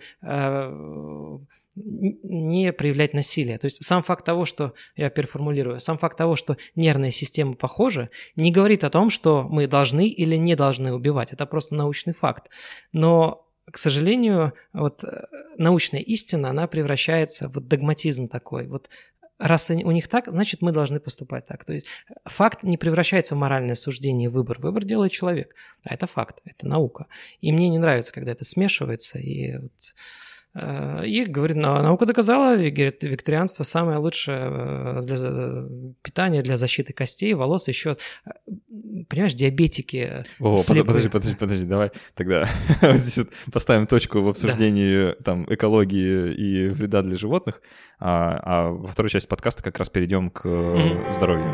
не проявлять насилие. То есть сам факт того, что, я переформулирую, сам факт того, что нервная система похожа, не говорит о том, что мы должны или не должны убивать. Это просто научный факт. Но, к сожалению, вот научная истина, она превращается в догматизм такой. Вот раз у них так, значит, мы должны поступать так. То есть факт не превращается в моральное суждение, выбор. Выбор делает человек. А это факт, это наука. И мне не нравится, когда это смешивается. И вот... И, говорит, наука доказала, вегетарианство самое лучшее для питания, для защиты костей, волос, еще, понимаешь, диабетики.
Подожди, давай тогда здесь вот поставим точку в обсуждении там экологии и вреда для животных, а во второй части подкаста как раз перейдем к здоровью.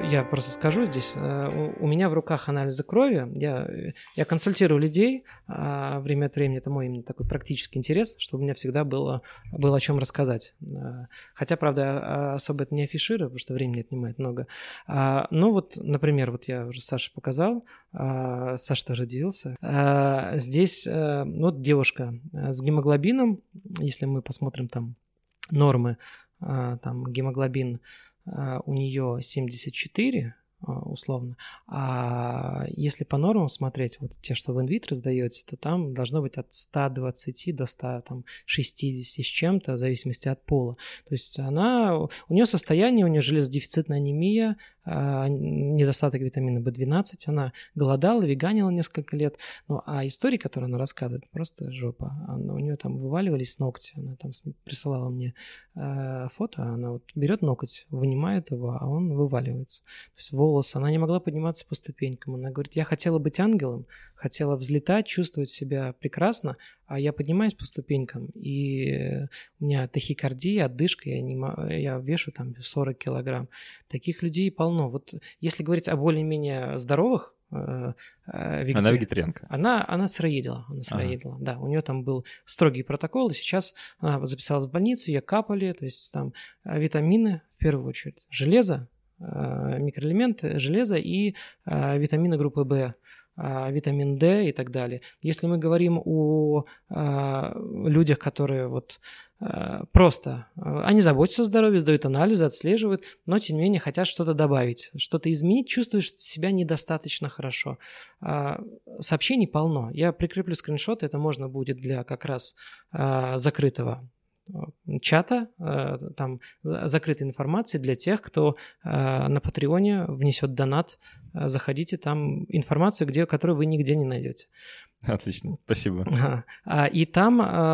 я просто скажу здесь, у меня в руках анализы крови, я консультирую людей время от времени, это мой именно такой практический интерес, чтобы у меня всегда было о чем рассказать. Хотя, правда, особо это не афиширую, потому что времени отнимает много. Ну вот, например, вот я уже Саше показал, Саша тоже удивился. Здесь вот девушка с гемоглобином, если мы посмотрим там нормы, там гемоглобин у нее 74, условно, а если по нормам смотреть, вот те, что в инвитро сдаете, то там должно быть от 120 до 160 с чем-то, в зависимости от пола. То есть у нее состояние, у нее железодефицитная анемия, недостаток витамина В12, она голодала, веганила несколько лет, ну, а истории, которые она рассказывает, просто жопа. У нее там вываливались ногти, она там присылала мне фото, она вот берет ноготь, вынимает его, а он вываливается. То есть волос, она не могла подниматься по ступенькам, она говорит, я хотела быть ангелом, хотела взлетать, чувствовать себя прекрасно, а я поднимаюсь по ступенькам, и у меня тахикардия, одышка, я вешу там 40 килограмм. Таких людей полно. Вот если говорить о более-менее здоровых,
она вегетарианка.
Она сыроедила, да. У нее там был строгий протокол, и сейчас она записалась в больницу, ее капали, то есть там витамины, в первую очередь, железо, микроэлементы, железо и витамины группы В, витамин D и так далее. Если мы говорим о людях, которые вот просто, они заботятся о здоровье, сдают анализы, отслеживают, но тем не менее хотят что-то добавить, что-то изменить, чувствуешь себя недостаточно хорошо. Сообщений полно. Я прикреплю скриншоты, это можно будет для как раз закрытого чата, там закрытой информации для тех, кто на Патреоне внесет донат. Заходите, там информацию, которую вы нигде не найдете.
Отлично, спасибо.
И там,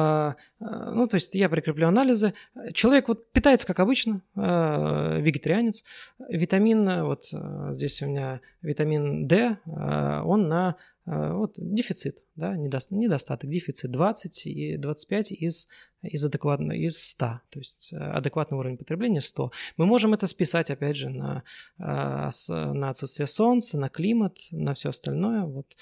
ну, то есть я прикреплю анализы. Человек вот питается, как обычно, вегетарианец. Витамин, вот здесь у меня витамин D, он на вот дефицит, да, недостаток, дефицит 20 и 25 из 100, то есть адекватный уровень потребления 100. Мы можем это списать, опять же, на отсутствие солнца, на климат, на все остальное, вот,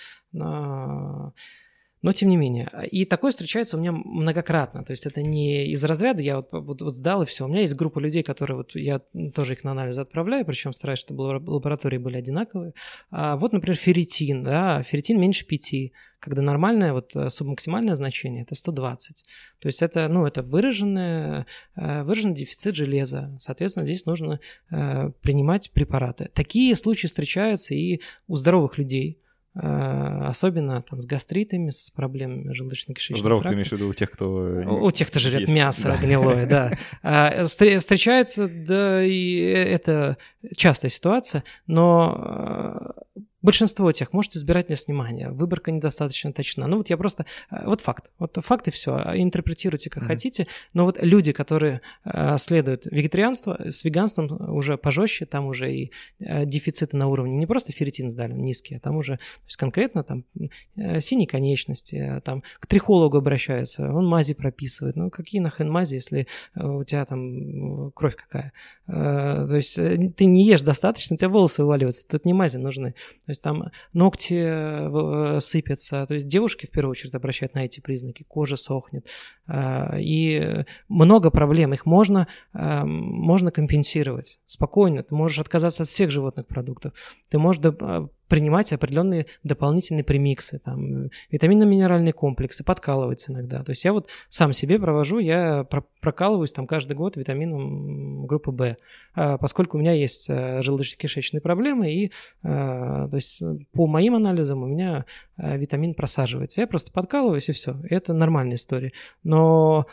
но тем не менее. И такое встречается у меня многократно. То есть это не из разряда я вот сдал и все. У меня есть группа людей, которые вот я тоже их на анализ отправляю, причем стараюсь, чтобы лаборатории были одинаковые. Вот, например, ферритин. Да, ферритин меньше 5. Когда нормальное, вот субмаксимальное значение – это 120. То есть это, ну, это выраженный дефицит железа. Соответственно, здесь нужно принимать препараты. Такие случаи встречаются и у здоровых людей. Особенно там с гастритами, с проблемами желудочно-кишечного
Здорово,
тракта.
ты имеешь в виду у тех, кто...
У тех, кто жрет мясо гнилое, да. Встречается, да, и это частая ситуация, но большинство тех может избирательное внимание, выборка недостаточно точна. Ну вот я просто... Вот факт и все. Интерпретируйте как хотите. Но вот люди, которые следуют вегетарианству, с веганством уже пожестче, там уже и дефициты на уровне не просто ферритин сдали, низкие, а там уже то есть конкретно там синие конечности, там к трихологу обращаются, он мази прописывает. Ну какие нахрен мази, если у тебя там кровь какая? То есть ты не ешь достаточно, у тебя волосы вываливаются, тут не мази нужны. То есть там ногти сыпятся, то есть девушки в первую очередь обращают на эти признаки, кожа сохнет, и много проблем, их можно компенсировать спокойно, ты можешь отказаться от всех животных продуктов, ты можешь принимать определенные дополнительные премиксы, там, витаминно-минеральные комплексы, подкалываться иногда. То есть я вот сам себе провожу, я прокалываюсь там каждый год витамином группы В, поскольку у меня есть желудочно-кишечные проблемы, и то есть по моим анализам у меня витамин просаживается. Я просто подкалываюсь, и все. Это нормальная история. Но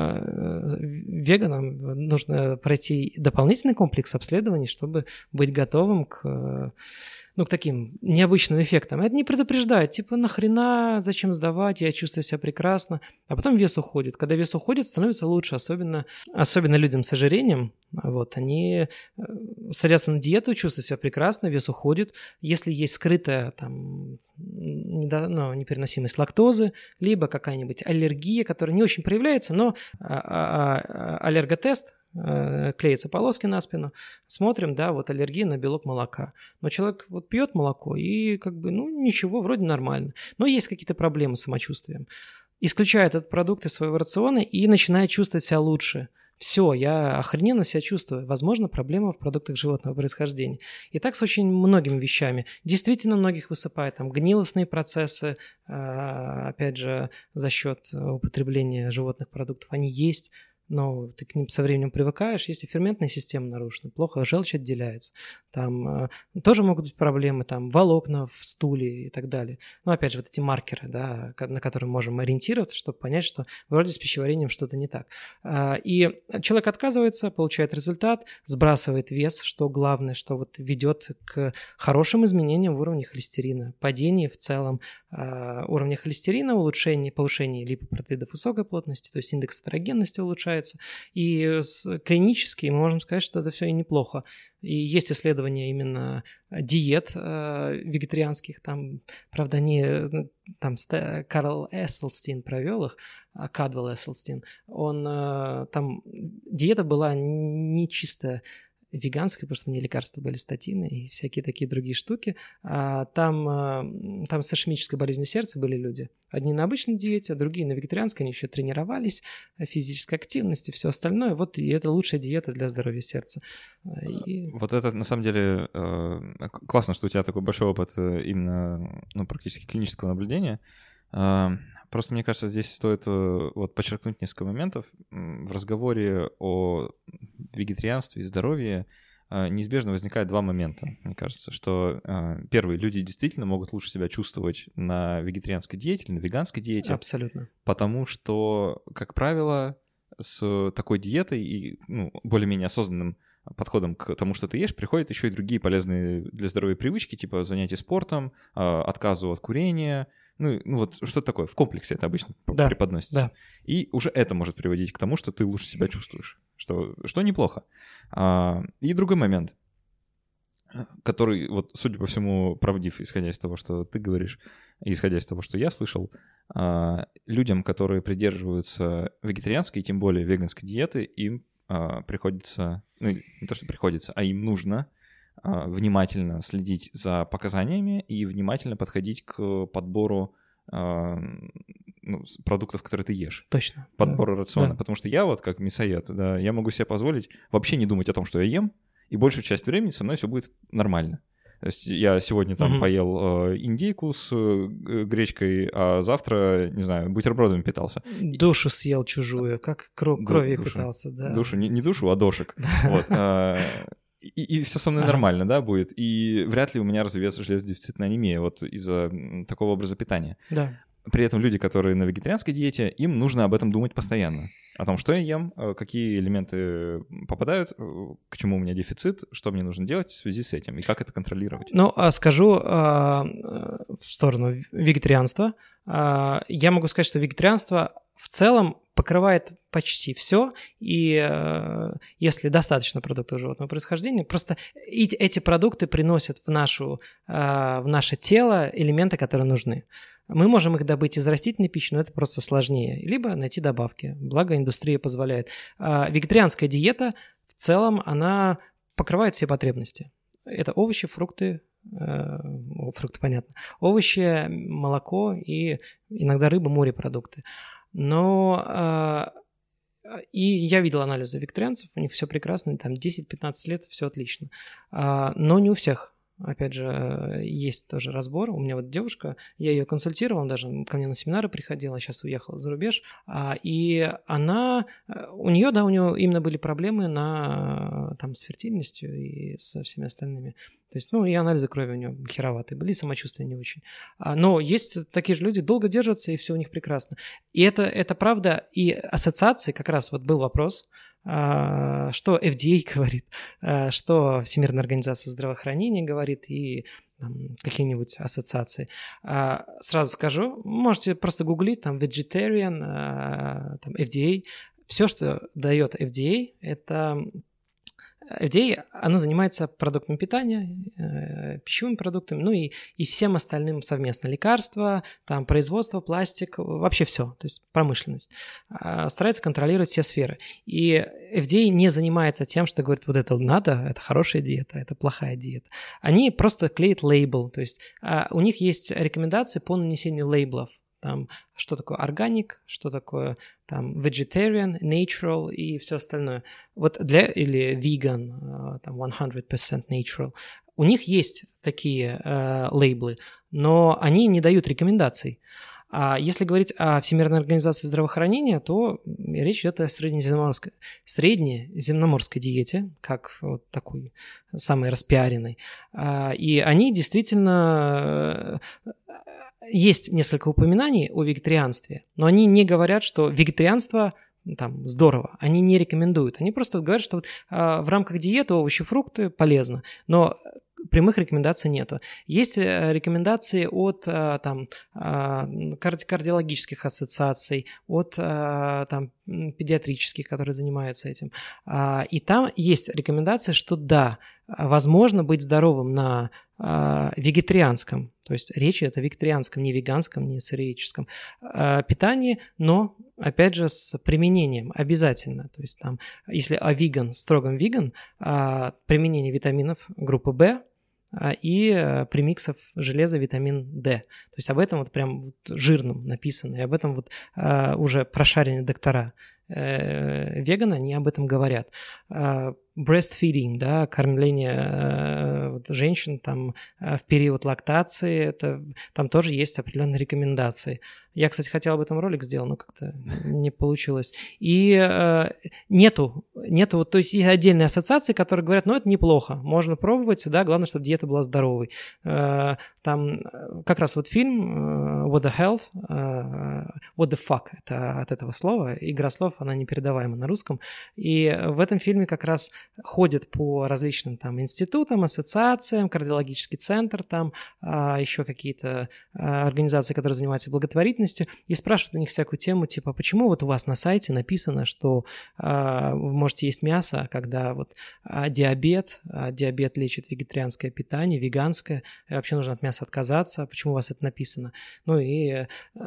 веганам нужно пройти дополнительный комплекс обследований, чтобы быть готовым к таким необычным эффектам. Это не предупреждает, типа, нахрена, зачем сдавать, я чувствую себя прекрасно. А потом вес уходит. Когда вес уходит, становится лучше, особенно людям с ожирением. Вот, они садятся на диету, чувствуют себя прекрасно, вес уходит. Если есть скрытая там непереносимость лактозы, либо какая-нибудь аллергия, которая не очень проявляется, но аллерготест, клеятся полоски на спину, смотрим, да, вот аллергия на белок молока. Но человек вот пьет молоко и как бы, ничего, вроде нормально. Но есть какие-то проблемы с самочувствием. Исключает этот продукт из своего рациона и начинает чувствовать себя лучше. Все, я охрененно себя чувствую. Возможно, проблема в продуктах животного происхождения. И так с очень многими вещами. Действительно, многих высыпает. Там гнилостные процессы, опять же, за счет употребления животных продуктов, они есть. Но ты к ним со временем привыкаешь, если ферментная система нарушена, плохо желчь отделяется, там тоже могут быть проблемы, там волокна в стуле и так далее. Но опять же, вот эти маркеры, да, на которые мы можем ориентироваться, чтобы понять, что вроде с пищеварением что-то не так. И человек отказывается, получает результат, сбрасывает вес, что главное, что вот ведет к хорошим изменениям в уровне холестерина, падении в целом уровня холестерина, повышение липопротеидов высокой плотности, то есть индекс атерогенности улучшается. И клинически мы можем сказать, что это все и неплохо. И есть исследования именно диет вегетарианских, там, правда, там Карл Эсселстин провел их, Кадвелл Эсселстин, там диета была не чисто веганской, потому что в ней лекарства были статины и всякие такие другие штуки. Там с ишемической болезнью сердца были люди. Одни на обычной диете, другие на вегетарианской, они еще тренировались, физической активности, все остальное. Вот и это лучшая диета для здоровья сердца.
Вот это, на самом деле, классно, что у тебя такой большой опыт именно, практически клинического наблюдения. Просто, мне кажется, здесь стоит вот подчеркнуть несколько моментов. В разговоре о вегетарианстве и здоровье неизбежно возникает два момента, мне кажется, что первый, люди действительно могут лучше себя чувствовать на вегетарианской диете или на веганской диете.
Абсолютно.
Потому что, как правило, с такой диетой и более-менее осознанным подходом к тому, что ты ешь, приходят еще и другие полезные для здоровья привычки, типа занятий спортом, отказу от курения. Вот что-то такое. В комплексе это обычно преподносится.
Да.
И уже это может приводить к тому, что ты лучше себя чувствуешь, что неплохо. И другой момент, который, вот, судя по всему, правдив, исходя из того, что ты говоришь, и исходя из того, что я слышал, людям, которые придерживаются вегетарианской, тем более веганской диеты, им приходится, не то, что приходится, а им нужно внимательно следить за показаниями и внимательно подходить к подбору продуктов, которые ты ешь.
Точно.
Подбору рациона.
Да.
Потому что я вот как мясоед, да, я могу себе позволить вообще не думать о том, что я ем, и большую часть времени со мной все будет нормально. То есть я сегодня там поел индейку с гречкой, а завтра, не знаю, бутербродами питался.
Душу съел чужую, как кровью питался. Да.
Душу, не душу, а дошек. Вот. И все со мной нормально, да, будет. И вряд ли у меня развьется железодефицитная анемия вот из-за такого образа питания.
Да.
При этом люди, которые на вегетарианской диете, им нужно об этом думать постоянно. О том, что я ем, какие элементы попадают, к чему у меня дефицит, что мне нужно делать в связи с этим, и как это контролировать.
Скажу в сторону вегетарианства. Я могу сказать, что вегетарианство в целом покрывает почти все, и если достаточно продуктов животного происхождения, просто эти продукты приносят в наше тело элементы, которые нужны. Мы можем их добыть из растительной пищи, но это просто сложнее. Либо найти добавки, благо индустрия позволяет. Вегетарианская диета в целом, она покрывает все потребности. Это овощи, фрукты, понятно, овощи, молоко и иногда рыба, морепродукты. Но и я видел анализы вегетарианцев, у них все прекрасно, там 10-15 лет, все отлично. Но не у всех. Опять же, есть тоже разбор. У меня вот девушка, я ее консультировал, даже ко мне на семинары приходила, сейчас уехала за рубеж, и у нее именно были проблемы с фертильностью и со всеми остальными. То есть, и анализы крови у нее хероватые были, самочувствие не очень. Но есть такие же люди, долго держатся, и все у них прекрасно. И это правда, и ассоциации, как раз вот был вопрос, что FDA говорит, что Всемирная организация здравоохранения говорит и какие-нибудь ассоциации. Сразу скажу, можете просто гуглить, там vegetarian, там FDA. Все, что дает FDA, это FDA, оно занимается продуктами питания, пищевыми продуктами, ну и всем остальным совместно. Лекарства, там, производство, пластик, вообще все, то есть промышленность. Старается контролировать все сферы. И FDA не занимается тем, что говорит, вот это надо, это хорошая диета, это плохая диета. Они просто клеят лейбл, то есть у них есть рекомендации по нанесению лейблов. Там, что такое органик, что такое там vegetarian, natural и все остальное. Вот или vegan, там 100% natural. У них есть такие лейблы, но они не дают рекомендаций. А если говорить о Всемирной организации здравоохранения, то речь идет о среднеземноморской диете, как вот такой самой распиаренной. И они действительно... Есть несколько упоминаний о вегетарианстве, но они не говорят, что вегетарианство там здорово. Они не рекомендуют. Они просто говорят, что вот, в рамках диеты овощи, фрукты полезно, но прямых рекомендаций нету. Есть рекомендации от там, кардиологических ассоциаций, от там, педиатрических, которые занимаются этим. И там есть рекомендация, что да, возможно быть здоровым на вегетарианском, то есть речь идет о вегетарианском, не веганском, не сыроедческом питании, но, опять же, с применением обязательно. То есть там, если о строгом веган, применение витаминов группы В и премиксов железа, витамин D. То есть об этом вот прям вот жирным написано, и об этом вот уже прошаренные доктора веганы, они об этом говорят. Breastfeeding, да, кормление женщин там в период лактации, это, там тоже есть определенные рекомендации. Я, кстати, хотел об этом ролик сделать, но как-то не получилось. И нету, то есть есть отдельные ассоциации, которые говорят, ну, это неплохо, можно пробовать, да, главное, чтобы диета была здоровой. Там как раз вот фильм What the Health, What the Fuck, это от этого слова, игра слов, она непередаваема на русском, и в этом фильме как раз ходят по различным там институтам, ассоциациям, кардиологический центр, там еще какие-то организации, которые занимаются благотворительностью, и спрашивают у них всякую тему, типа, почему вот у вас на сайте написано, что вы можете есть мясо, когда вот диабет лечит вегетарианское питание, веганское, и вообще нужно от мяса отказаться, почему у вас это написано? Ну и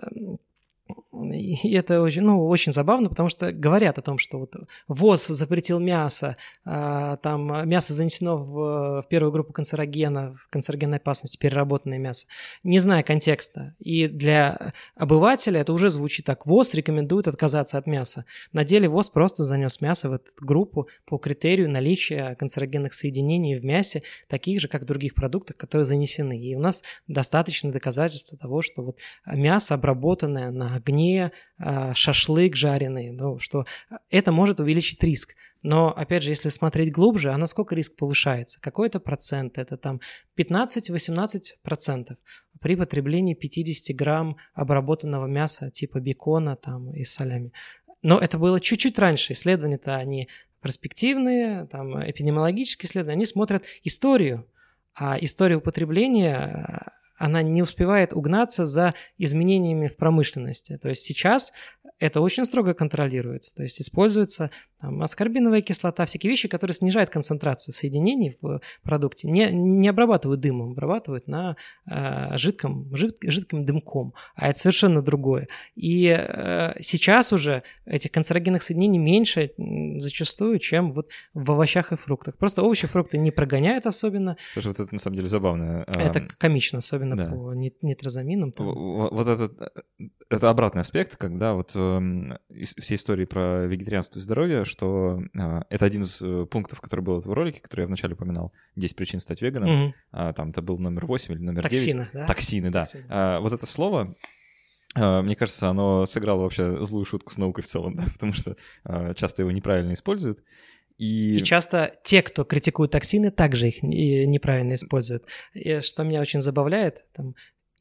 это очень, очень забавно, потому что говорят о том, что вот ВОЗ запретил мясо, там мясо занесено в первую группу канцерогенов, канцерогенной опасности, переработанное мясо, не зная контекста. И для обывателя это уже звучит так. ВОЗ рекомендует отказаться от мяса. На деле ВОЗ просто занес мясо в эту группу по критерию наличия канцерогенных соединений в мясе, таких же, как в других продуктах, которые занесены. И у нас достаточно доказательства того, что вот мясо, обработанное на огне, шашлык жареный, что это может увеличить риск. Но, опять же, если смотреть глубже, а насколько риск повышается? Какой-то процент, это там 15-18% при потреблении 50 грамм обработанного мяса типа бекона там, и солями. Но это было чуть-чуть раньше. Исследования-то они перспективные, там, эпидемиологические исследования, они смотрят историю, а история употребления она не успевает угнаться за изменениями в промышленности. То есть сейчас это очень строго контролируется. То есть используется там, аскорбиновая кислота, всякие вещи, которые снижают концентрацию соединений в продукте. Не обрабатывают дымом, обрабатывают на жидким дымком. А это совершенно другое. И сейчас уже этих канцерогенных соединений меньше зачастую, чем вот в овощах и фруктах. Просто овощи и фрукты не прогоняют особенно.
Слушай, вот это на самом деле забавно.
Это комично, особенно по нитрозаминам.
Вот это обратный аспект, когда вот все истории про вегетарианство и здоровье, что это один из пунктов, который был в ролике, который я вначале упоминал, 10 причин стать веганом. Угу. Там это был номер 8 или номер 9.
Да?
Токсины, да. Вот это слово, мне кажется, оно сыграло вообще злую шутку с наукой в целом, да, потому что часто его неправильно используют. И
часто те, кто критикует токсины, также их неправильно используют. И что меня очень забавляет, там,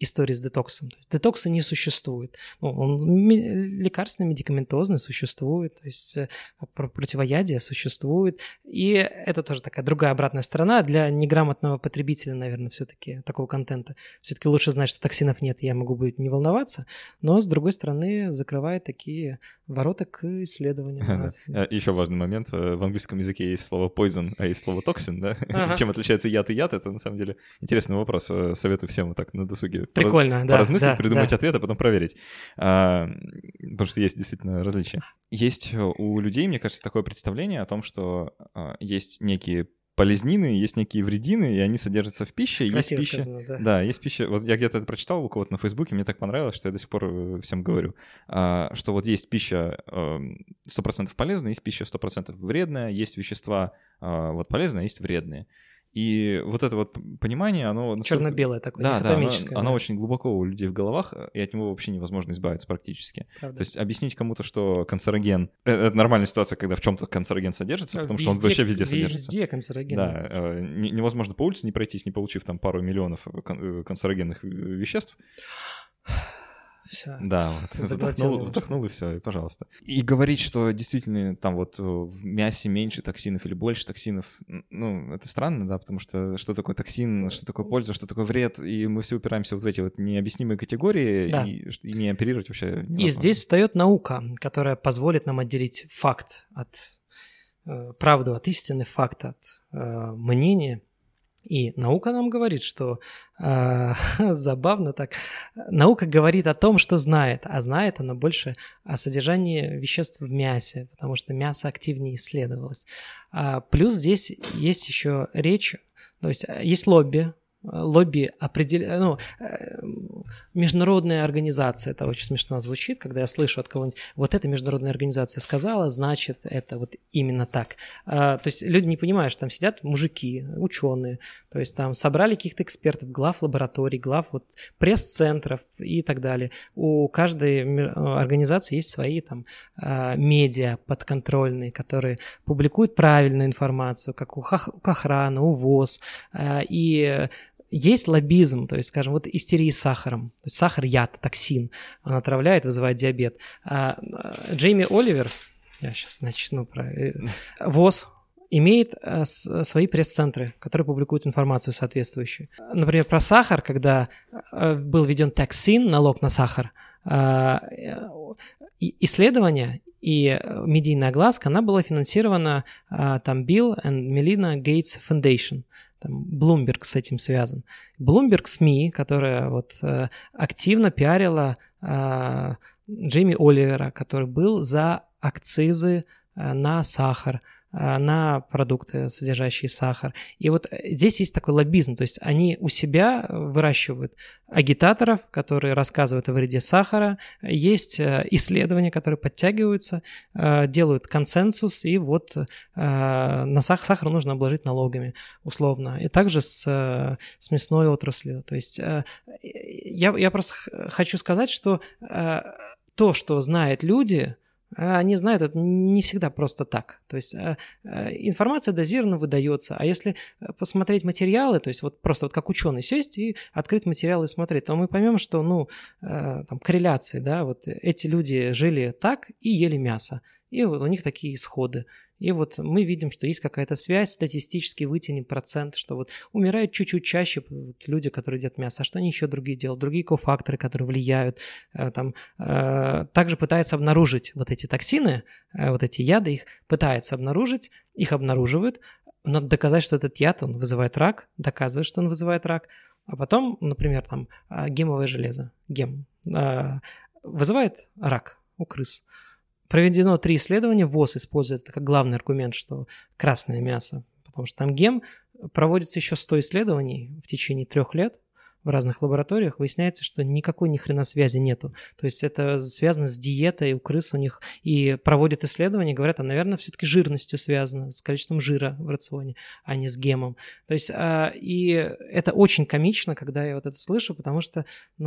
истории с детоксом. То есть детокса не существует. Он лекарственный, медикаментозный существует, то есть противоядие существует. И это тоже такая другая обратная сторона. Для неграмотного потребителя, наверное, все-таки такого контента. Все-таки лучше знать, что токсинов нет, я могу быть не волноваться. Но, с другой стороны, закрывает такие ворота к исследованиям.
Еще важный момент. В английском языке есть слово poison, а есть слово toxin, да? Чем отличается яд и яд? Это, на самом деле, интересный вопрос. Советую всем вот так на досуге
прикольно,
поразмыслить, придумать ответ, а потом проверить. Потому что есть действительно различия. Есть у людей, мне кажется, такое представление о том, что есть некие полезнины, есть некие вредины, и они содержатся в пище.
Красиво
есть пища,
сказано, да.
Да, есть пища. Вот я где-то это прочитал у кого-то на Фейсбуке, мне так понравилось, что я до сих пор всем говорю, что вот есть пища 100% полезная, есть пища 100% вредная, есть вещества вот полезные, есть вредные. И вот это вот понимание, оно...
Черно-белое такое, дихотомическое.
Оно очень глубоко у людей в головах, и от него вообще невозможно избавиться практически.
Правда.
То есть объяснить кому-то, что канцероген... Это нормальная ситуация, когда в чем-то канцероген содержится, потому что он вообще везде содержится.
Везде канцероген.
Да, невозможно по улице не пройтись, не получив там пару миллионов канцерогенных веществ.
Все.
Да, вот. Вздохнул и все, и пожалуйста. И говорить, что действительно там вот в мясе меньше токсинов или больше токсинов, ну, это странно, да, потому что такое токсин, что такое польза, что такое вред, и мы все упираемся вот в эти вот необъяснимые категории,
да.
и не оперировать вообще невозможно.
И здесь встает наука, которая позволит нам отделить факт от правду от истины, факт от мнения. И наука нам говорит, что забавно так, наука говорит о том, что знает, а знает она больше о содержании веществ в мясе, потому что мясо активнее исследовалось. Плюс здесь есть еще речь, то есть есть лобби международная организация, это очень смешно звучит, когда я слышу от кого-нибудь, вот эта международная организация сказала, значит, это вот именно так. То есть люди не понимают, что там сидят мужики, ученые, то есть там собрали каких-то экспертов, глав лабораторий, глав вот пресс-центров и так далее. У каждой организации есть свои там медиа подконтрольные, которые публикуют правильную информацию, как у Кохрана, у ВОЗ, и есть лоббизм, то есть, скажем, вот истерия с сахаром. То есть сахар – яд, токсин, он отравляет, вызывает диабет. Джейми Оливер, я сейчас начну про... ВОЗ имеет свои пресс-центры, которые публикуют информацию соответствующую. Например, про сахар, когда был введен токсин, налог на сахар, исследование и медийная огласка, она была финансирована там Bill and Melinda Gates Foundation. Там Bloomberg с этим связан. Bloomberg СМИ, которая вот активно пиарила Джейми Оливера, который был за акцизы на сахар, на продукты, содержащие сахар. И вот здесь есть такой лоббизм, то есть они у себя выращивают агитаторов, которые рассказывают о вреде сахара, есть исследования, которые подтягиваются, делают консенсус, и вот на сахар нужно обложить налогами, условно. И также с мясной отраслью. То есть я просто хочу сказать, что то, что знают люди, они знают, это не всегда просто так. То есть информация дозированно выдается. А если посмотреть материалы, то есть вот просто вот как ученый сесть и открыть материалы и смотреть, то мы поймем, что там корреляции, да, вот эти люди жили так и ели мясо. И вот у них такие исходы. И вот мы видим, что есть какая-то связь, статистически вытянем процент, что вот умирают чуть-чуть чаще люди, которые едят мясо. А что они еще другие делают? Другие кофакторы, которые влияют. Также пытаются обнаружить вот эти токсины, вот эти яды, их пытаются обнаружить, их обнаруживают. Надо доказать, что этот яд, он вызывает рак, доказывает, что он вызывает рак. А потом, например, там гемовое железо, вызывает рак у крыс. Проведено 3 исследования, ВОЗ использует это как главный аргумент, что красное мясо, потому что там гем, проводится еще 100 исследований в течение 3 лет в разных лабораториях, выясняется, что никакой ни хрена связи нету. То есть это связано с диетой у крыс у них, и проводят исследования, говорят, наверное, все-таки жирностью связано, с количеством жира в рационе, а не с гемом. То есть, и это очень комично, когда я вот это слышу, потому что,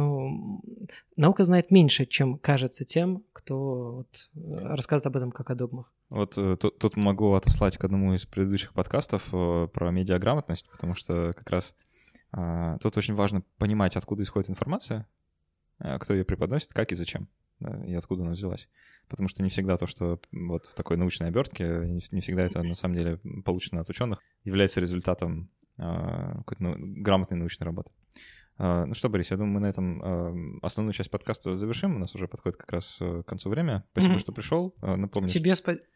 наука знает меньше, чем кажется тем, кто рассказывает об этом как о догмах.
Вот тут могу отослать к одному из предыдущих подкастов про медиаграмотность, потому что как раз Тут очень важно понимать, откуда исходит информация, кто ее преподносит, как и зачем, да, и откуда она взялась. Потому что не всегда то, что вот в такой научной обертке, не всегда это на самом деле получено от ученых, является результатом какой-то грамотной научной работы. Ну что, Борис, я думаю, мы на этом основную часть подкаста завершим. У нас уже подходит как раз к концу время. Спасибо, что пришел. Напомню.
Тебе спасибо.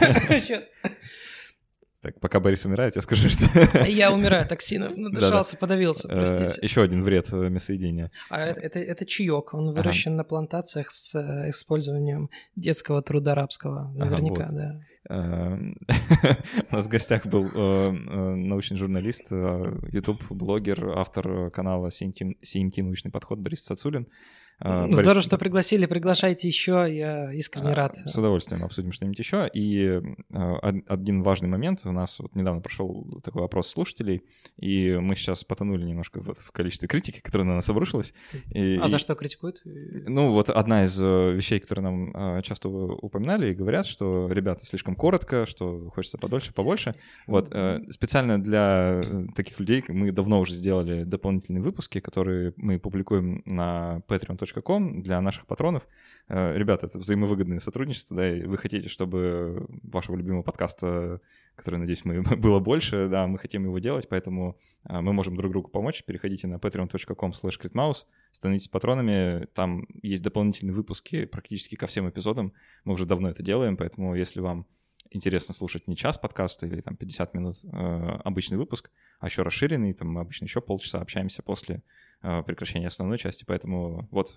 Так, пока Борис умирает, я скажу, что...
Я умираю, токсинов, надышался, подавился, простите.
Еще один вред мясоедения.
Это чаек, он выращен на плантациях с использованием детского труда рабского, наверняка,
вот.
Да.
У нас в гостях был научный журналист, YouTube-блогер, автор канала CMT «Научный подход» Борис Цацулин.
Здорово, что пригласили, приглашайте еще, я искренне рад.
С удовольствием обсудим что-нибудь еще. И один важный момент, у нас вот недавно прошел такой опрос слушателей, и мы сейчас потонули немножко в количестве критики, которая на нас обрушилась.
За что критикуют?
Ну вот одна из вещей, которые нам часто упоминали и говорят, что, ребята, слишком коротко, что хочется подольше, побольше. Вот специально для таких людей мы давно уже сделали дополнительные выпуски, которые мы публикуем на patreon.com для наших патронов. Ребята, это взаимовыгодное сотрудничество, да, и вы хотите, чтобы вашего любимого подкаста, который, надеюсь, было больше, да, мы хотим его делать, поэтому мы можем друг другу помочь. Переходите на patreon.com/critmouse, становитесь патронами, там есть дополнительные выпуски практически ко всем эпизодам, мы уже давно это делаем, поэтому если вам интересно слушать не час подкаста или там 50 минут обычный выпуск, а еще расширенный, там мы обычно еще полчаса общаемся после прекращения основной части, поэтому вот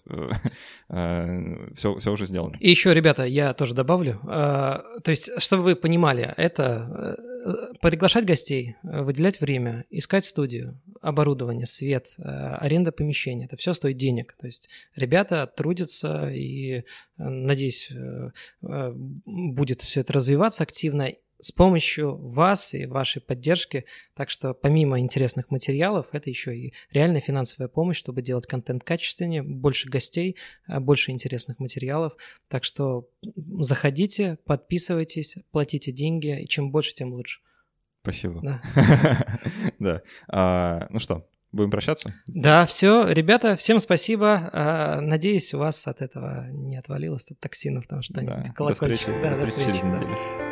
все уже сделано.
И еще, ребята, я тоже добавлю, то есть, чтобы вы понимали, это приглашать гостей, выделять время, искать студию, оборудование, свет, аренда помещения, это все стоит денег. То есть ребята трудятся и, надеюсь, будет все это развиваться активно с помощью вас и вашей поддержки. Так что помимо интересных материалов, это еще и реальная финансовая помощь, чтобы делать контент качественнее, больше гостей, больше интересных материалов. Так что заходите, подписывайтесь, платите деньги, и чем больше, тем лучше.
Спасибо. Да. Ну что, будем прощаться?
Да, все. Ребята, всем спасибо. Надеюсь, у вас от этого не отвалилось от токсинов, там что-нибудь.
До встречи через неделю.